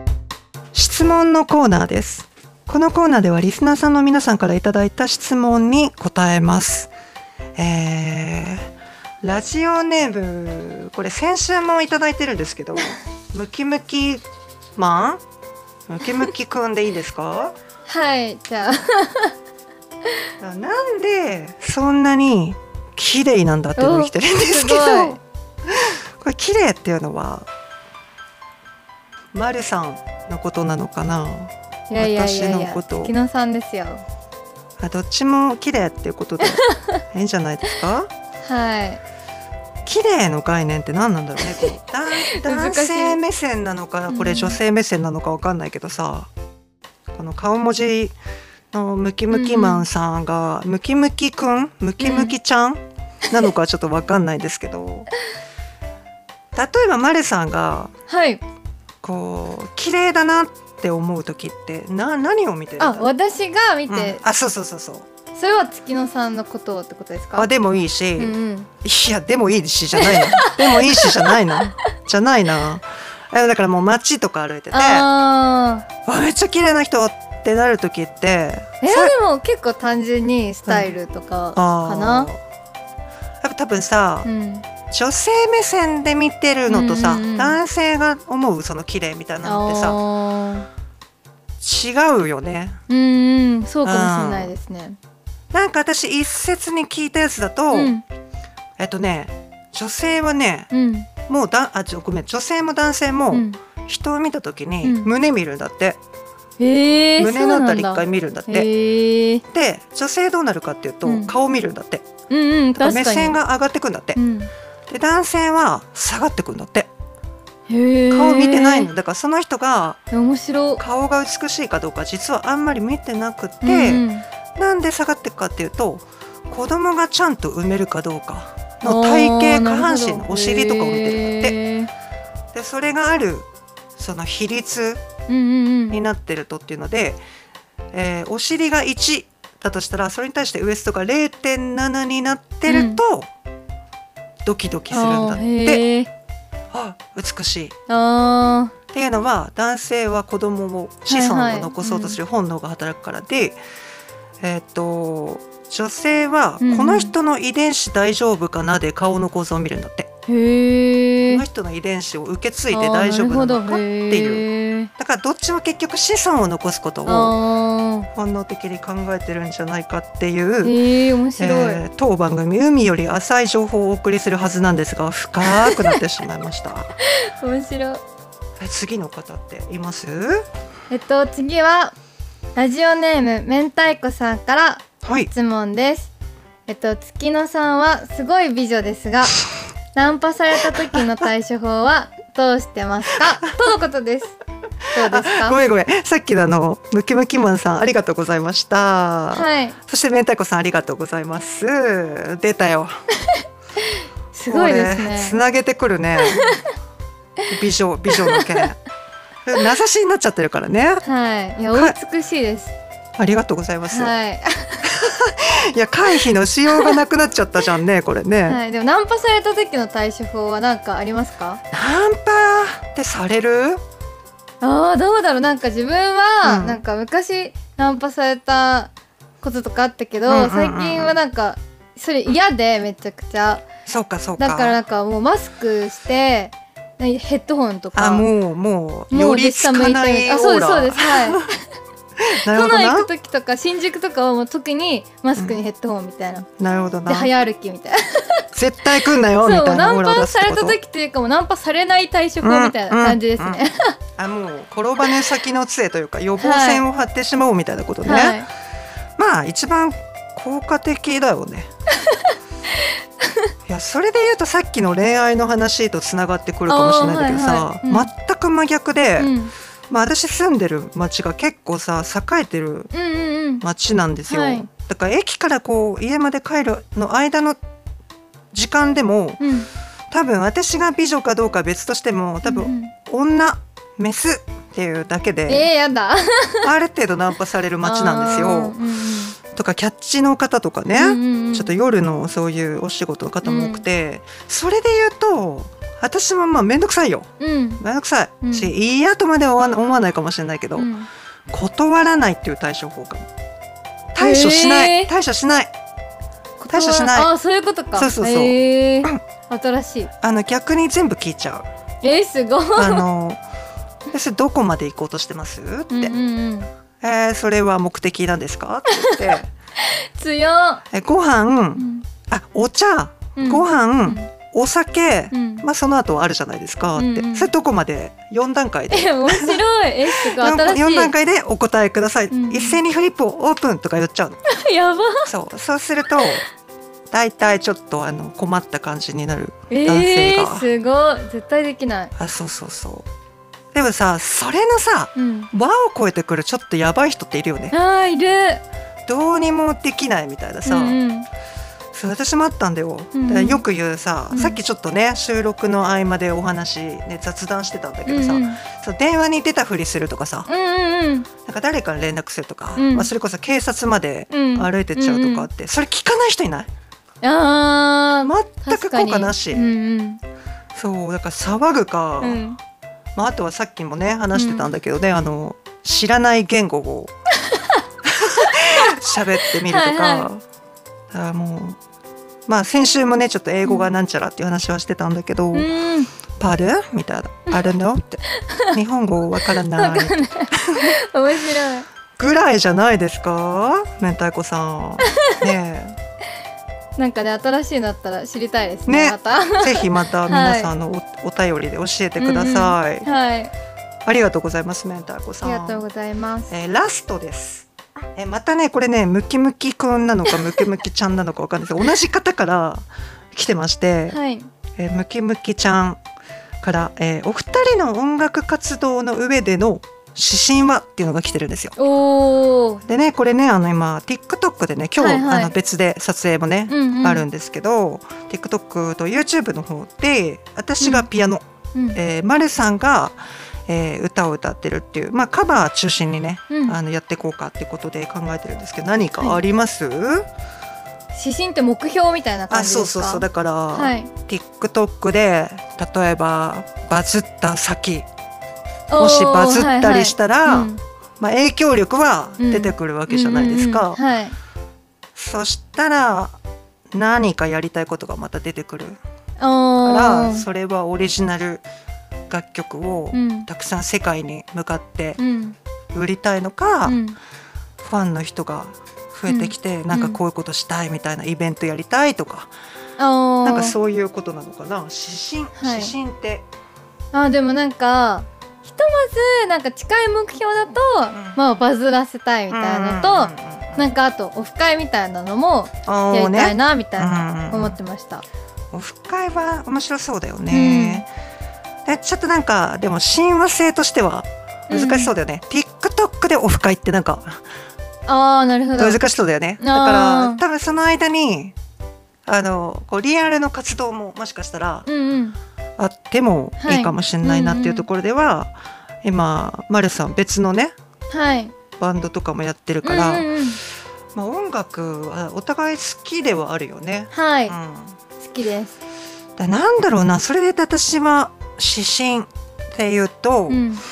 質問のコーナーです。このコーナーではリスナーさんの皆さんからいただいた質問に答えます。 ラジオネームこれ先週もいただいてるんですけどムキムキマンムキムキくんでいいですか？ はいじゃあなんでそんなに綺麗なんだっていうのが来てるんですけどこれ綺麗っていうのはマルさんのことなのかな？ いやいやいやいや私のこと月野さんですよ。 どっちも綺麗っていうことでいいんじゃないですか？ はい綺麗の概念って何なんだろうね。こう男性目線なのかこれ女性目線なのか分かんないけどさ、この顔文字のムキムキマンさんがムキムキくんムキムキちゃんなのかちょっと分かんないですけど、例えばマルさんがこう綺麗だなって思う時って何を見てるんだろう？ 私が見て、 そうそれは月野さんのことってことですか？ でもいいし、いやでもいいしじゃないのでもいいしじゃないのじゃないな。だからもう街とか歩いててめっちゃ綺麗な人ってなる時ってでも結構単純にスタイルとかかな。 やっぱ多分さ、女性目線で見てるのとさ、男性が思うその綺麗みたいなのってさ違うよね。 そうかもしれないですね。 なんか私一説に聞いたやつだと、女性はね、もうごめん女性も男性も人を見た時に胸見るんだって、胸のあたり一回見るんだって。で女性どうなるかっていうと、顔見るんだって。目線が上がってくんだって。で男性は下がってくんだって。顔見てないのだからその人が顔が美しいかどうか実はあんまり見てなくて、なんで下がっていくかっていうと子供がちゃんと産めるかどうかの体型下半身のお尻とかを見てるんだって。でそれがあるその比率になってるとっていうので、お尻が1だとしたらそれに対してウエストが 0.7 になってると、ドキドキするんだって。美しいっていうのは男性は子供を子孫を残そうとする本能が働くからで、女性はこの人の遺伝子大丈夫かなで顔の構造を見るんだって。この人の遺伝子を受け継いで大丈夫なのかっていう。だからどっちも結局子孫を残すことを本能的に考えてるんじゃないかっていう、 面白い当番組海より浅い情報をお送りするはずなんですが深くなってしまいました面白い。 次の方っています？ 次はラジオネーム明太子さんから質問です。月野さんはすごい美女ですがナンパされた時の対処法はどうしてますかとのことです。どうですか？ごめんさっきのムキムキマンさんありがとうございました。そして明太子さんありがとうございます。出たよすごいですね。 つなげてくるね美女の件名指しになっちゃってるからね。 いやお美しいです。 ありがとうございます。いや回避のしようがなくなっちゃったじゃんねこれね。 でもナンパされた時の対処法は何かありますか？ ナンパってされる？ どうだろう。なんか自分はなんか昔ナンパされたこととかあったけど、最近はなんかそれ嫌でめちゃくちゃ。 そうかだからなんかもうマスクしてヘッドホンとかもうよりつかないオーラ。 そうですなるほどな。 都内行く時とか新宿とかはもう特にマスクにヘッドホンみたいな。 なるほどな。 で早歩きみたいな。 絶対来んなよみたいなオーラを出すってこと。 ナンパされた時っていうかもうナンパされない対処法みたいな感じですね。 もう転ばぬ先の杖というか予防線を張ってしまおうみたいなことね。まあ一番効果的だよね。いやそれで言うとさっきの恋愛の話とつながってくるかもしれないんだけどさ、全く真逆で、私住んでる町が結構さ栄えてる町なんですよ。だから駅からこう家まで帰るの間の時間でも、多分私が美女かどうかは別としても多分女メスっていうだけで、 やだある程度ナンパされる町なんですよ。とかキャッチの方とかね、ちょっと夜のそういうお仕事の方も多くて、それで言うと私もまあ面倒くさいよ、面倒くさいし、嫌とまでは思わないかもしれないけど、断らないっていう対処法かも。対処しない対処しない。 あ、そういうことか。 そうそうそう。 新しい。 逆に全部聞いちゃう。 すごい。 それどこまで行こうとしてますって、それは目的なんですかって言って強ご飯、お茶、ご飯、お酒、その後あるじゃないですかって、それどこまで4段階で面白い。すごい新しい。 4段階でお答えください、一斉にフリップをオープンとか言っちゃうのやば。 そうするとだいたいちょっと困った感じになる男性が、 すごい。絶対できない。 そうでもさ、それのさ、輪を超えてくるちょっとやばい人っているよね。 いる。 どうにもできないみたいなさ、そう私もあったんだよ、よく言うさ、さっきちょっとね収録の合間でお話、雑談してたんだけどさ、そう電話に出たふりするとかさ、なんか誰かに連絡するとか、それこそ警察まで歩いてっちゃうとかって、それ聞かない人いない？全く効果なし、そうだから騒ぐか、あとはさっきもね話してたんだけどね、知らない言語を喋ってみるとか、もう先週もねちょっと英語がなんちゃらっていう話はしてたんだけど、パルみたいな、あるのって日本語わからない面白いぐらいじゃないですか、明太子さんね。 なんかね新しいのあったら知りたいですね。またぜひまた皆さんのお便りで教えてください。ありがとうございます、明太子さん。 ありがとうございます。 ラストです。またねこれねムキムキくんなのかムキムキちゃんなのかわかんないですけど同じ方から来てまして、ムキムキちゃんから、お二人の音楽活動の上での指針はっていうのが来てるんですよ。でねこれね今 TikTok でね今日、別で撮影もね、あるんですけど TikTok と YouTube の方で私がピアノ、マルさんが、歌を歌ってるっていう、カバー中心にね、やっていこうかってことで考えてるんですけど、何かあります？ 指針って目標みたいな感じですか？ そうだから、TikTok で例えばバズった先もしバズったりしたら、影響力は出てくるわけじゃないですか。そしたら何かやりたいことがまた出てくるからそれはオリジナル楽曲をたくさん世界に向かって売りたいのか、ファンの人が増えてきて、なんかこういうことしたいみたいなイベントやりたいとか、なんかそういうことなのかな。指針って、 でもなんかひとまずなんか近い目標だと、バズらせたいみたいなのと、なんかあとオフ会みたいなのもやりたいなみたいな思ってました。 オフ会は面白そうだよね。ちょっとなんかでも親和性としては難しそうだよね。TikTok でオフ会ってなんかなるほど難しそうだよね。だから多分その間にこうリアルの活動ももしかしたらあってもいいかもしれないなっていうところでは、今マルさん別のね、バンドとかもやってるから、音楽はお互い好きではあるよね。 好きです。 なんだろうな、それで私は指針っていうと、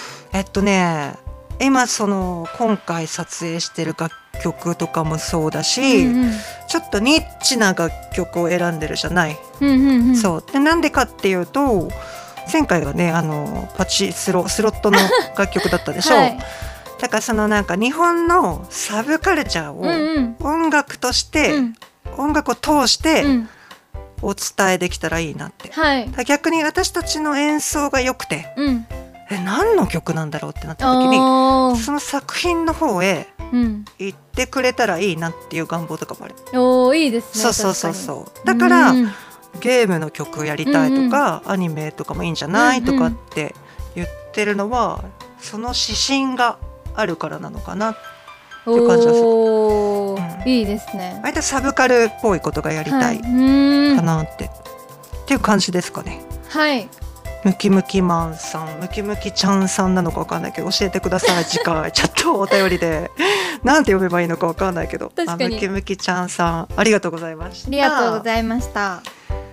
今今回撮影してる楽曲とかもそうだし、ちょっとニッチな楽曲を選んでるじゃない。そうでなんでかっていうと前回がねスロットの楽曲だったでしょ。だからなんか日本のサブカルチャーを音楽として、音楽を通してお伝えできたらいいなって、逆に私たちの演奏が良くて、何の曲なんだろうってなった時にその作品の方へ行ってくれたらいいなっていう願望とかもある。 いいですね。 そうだから、ゲームの曲やりたいとか、アニメとかもいいんじゃない、とかって言ってるのはその指針があるからなのかなっていう感じがする。 いいですね。 あえてサブカルっぽいことがやりたいかなっていう感じですかね。ムキムキマンさん、ムキムキちゃんさんなのか分かんないけど教えてください。次回ちょっとお便りでなんて読めばいいのか分かんないけど、ムキムキちゃんさんありがとうございました。 ありがとうございました。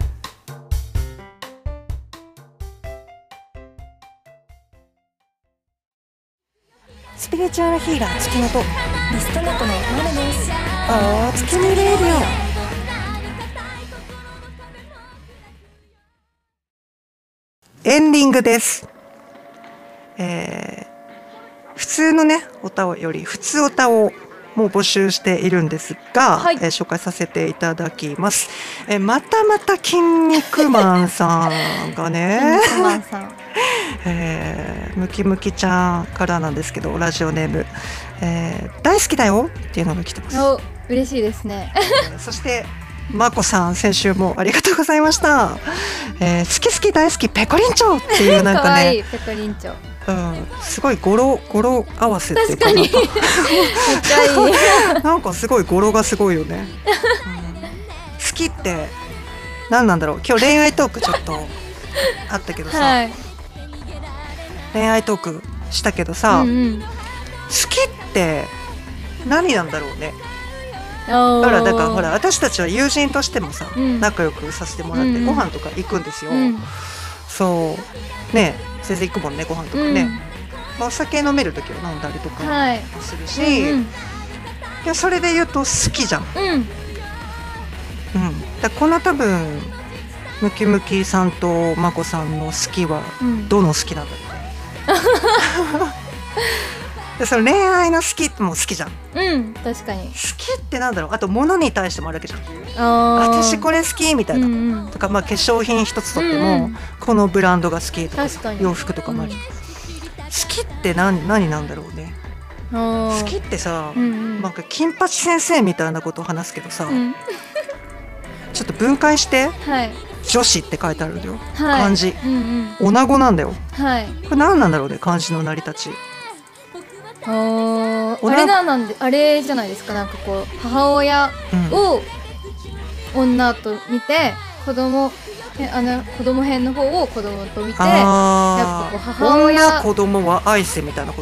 スピリチュアルヒーラー月野とリストネットのマルです。 月見レディオ。 エンディングです。普通のねおたより普通おたをもう募集しているんですが、はい、紹介させていただきます。また筋肉マンさんがねムキムキちゃんからなんですけど、ラジオネーム、大好きだよっていうのが来てます。 お、嬉しいですね。 そしてまこさん、先週もありがとうございました。好き大好きペコリンチョっていうなんかね、 かわいいペコリンチョ。 すごい語呂合わせっていうか、 確かにめっちゃいい。 なんかすごい語呂がすごいよね。好きって何なんだろう。今日恋愛トークちょっとあったけどさ、はい、恋愛トークしたけどさ、好きって何なんだろうね。だからほら私たちは友人としてもさ、仲良くさせてもらってご飯とか行くんですよ。そうね、先生行くもんね、ご飯とかね。お酒飲める時は飲んだりとかするし、でそれで言うと好きじゃん。だこの多分ムキムキさんとまこさんの好きはどの好きなんだろうね。でその恋愛の好きも好きじゃん。 確かに。 好きってなんだろう。あと物に対してもあるわけじゃん。私これ好きみたいな、とか、化粧品一つとっても、このブランドが好きとか洋服とかもある。好きって何なんだろうね。好きってさ、なんか金八先生みたいなことを話すけどさ、ちょっと分解して、女子って書いてあるんだよ、漢字。女子なんだよ。これ何なんだろうね、漢字の成り立ち。 あれじゃないですか。なんかこう母親を女と見て、子供編の方を子供と見て、やっぱこう母親子供は愛せみたいなこと。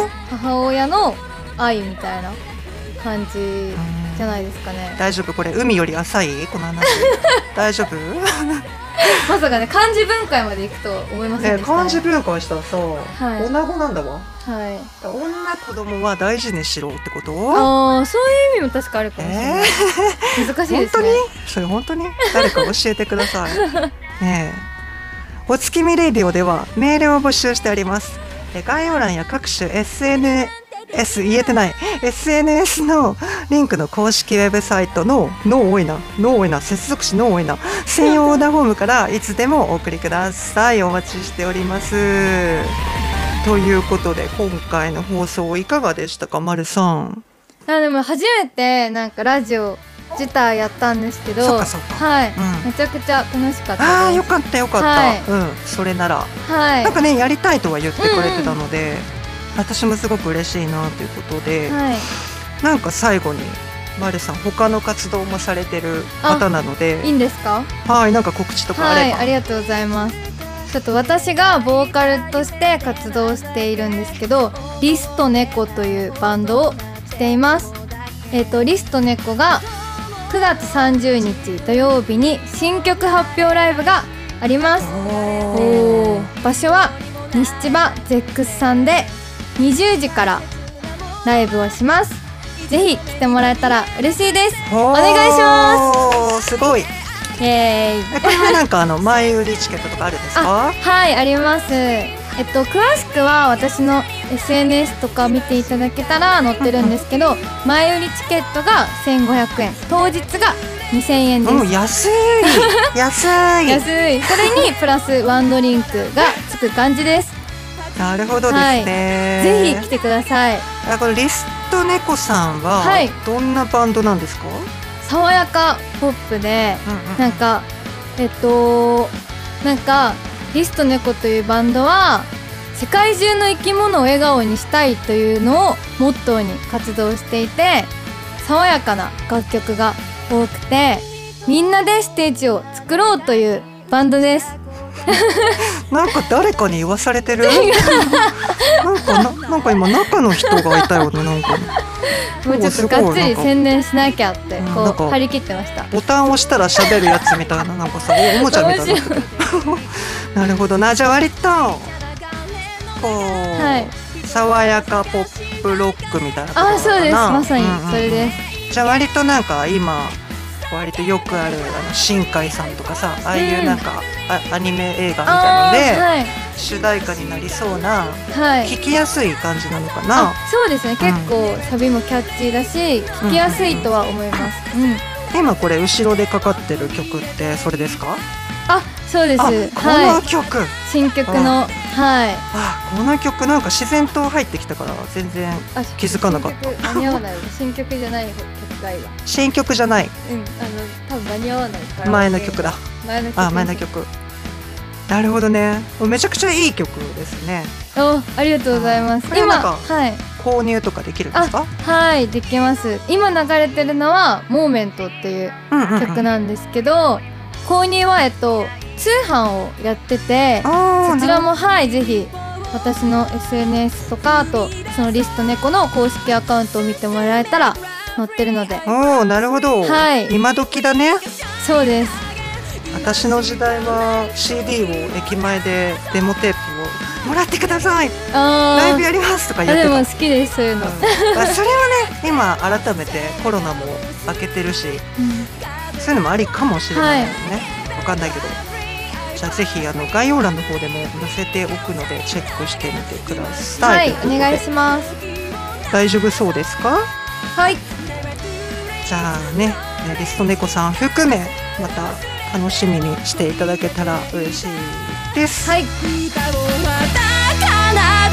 母親の愛みたいな感じじゃないですかね。 大丈夫？これ海より浅いこの話。大丈夫？ まさかね、漢字分解までいくと思いませんでしたね。 漢字分解したらさ、女子なんだわ。女子供は大事にしろってこと？ そういう意味も確かあるかもしれない。難しいですね。 それ本当に誰か教えてください。ねえ、お月見レイディオではメールを募集しております。概要欄や各種 SNS のリンクの公式ウェブサイトの接続詞専用オーダーフォームからいつでもお送りください。お待ちしております。ということで今回の放送いかがでしたか、まるさん。 でも初めてなんかラジオ自体やったんですけど、めちゃくちゃ楽しかったです。 よかった、それなら、なんかねやりたいとは言ってくれてたので、私もすごく嬉しいなということで、なんか最後にまるさん他の活動もされてる方なのでいいんですか？ なんか告知とかあれば。 ありがとうございます。ちょっと私がボーカルとして活動しているんですけど、リストネコというバンドをしています。リストネコが9月30日土曜日に新曲発表ライブがあります。場所は西千葉ゼックスさんで20時からライブをします。ぜひ来てもらえたら嬉しいです。お願いします。 すごい。これはなんか前売りチケットとかあるんですか？ はい、あります。詳しくは私の SNS とか見ていただけたら載ってるんですけど、前売りチケットが1500円、当日が2000円です。 安い安い。それにプラスワンドリンクがつく感じです。 なるほどですね。 ぜひ来てください。 これリストネコさんはどんなバンドなんですか？ 爽やかポップで、なんかリストネコというバンドは世界中の生き物を笑顔にしたいというのをモットーに活動していて、爽やかな楽曲が多くて、みんなでステージを作ろうというバンドです。 なんか誰かに言わされてる？なんか今中の人がいたよね。なんかもうちょっとがっつり宣伝しなきゃってこう張り切ってました。 ボタンを押したら喋るやつみたいな、なんかさおもちゃみたいな。なるほどな。じゃあ割とこう、爽やかポップロックみたいなところかな。 そうです、まさにそれです。 じゃあ割となんか今割とよくある新海さんとかさ、ああいうなんか、アニメ映画みたいので、はい、主題歌になりそうな、はい、聴きやすい感じなのかな。 そうですね、結構サビもキャッチーだし聴きやすいとは思います。 今これ後ろでかかってる曲ってそれですか？ あ、そうです。 この曲、 新曲の、はい。 この曲なんか自然と入ってきたから全然気づかなかった。 間に合わない。新曲じゃない曲がいいわ。 新曲じゃない。 多分間に合わないから。 前の曲だ。前の曲。なるほどね。めちゃくちゃいい曲ですね。 ありがとうございます。今はい。 購入とかできるんですか？ はい、できます。今流れてるのはモーメントっていう曲なんですけど、購入は通販をやってて、そちらもはいぜひ私の SNS とか、あとそのリスト猫の公式アカウントを見てもらえたら載ってるので。 なるほど。はい。今時だね。 そうです。 私の時代は CD を駅前でデモテープをもらってください、ライブやりますとか言ってた。 でも好きです、そういうの。 それはね、今改めてコロナも明けてるし、そういうのもありかもしれないよね、わかんないけど。じゃあぜひ概要欄の方でも載せておくのでチェックしてみてください。 はい、お願いします。 大丈夫そうですか？ はい。 じゃあね、リスト猫さん含めまた楽しみにしていただけたら嬉しいです。 はい。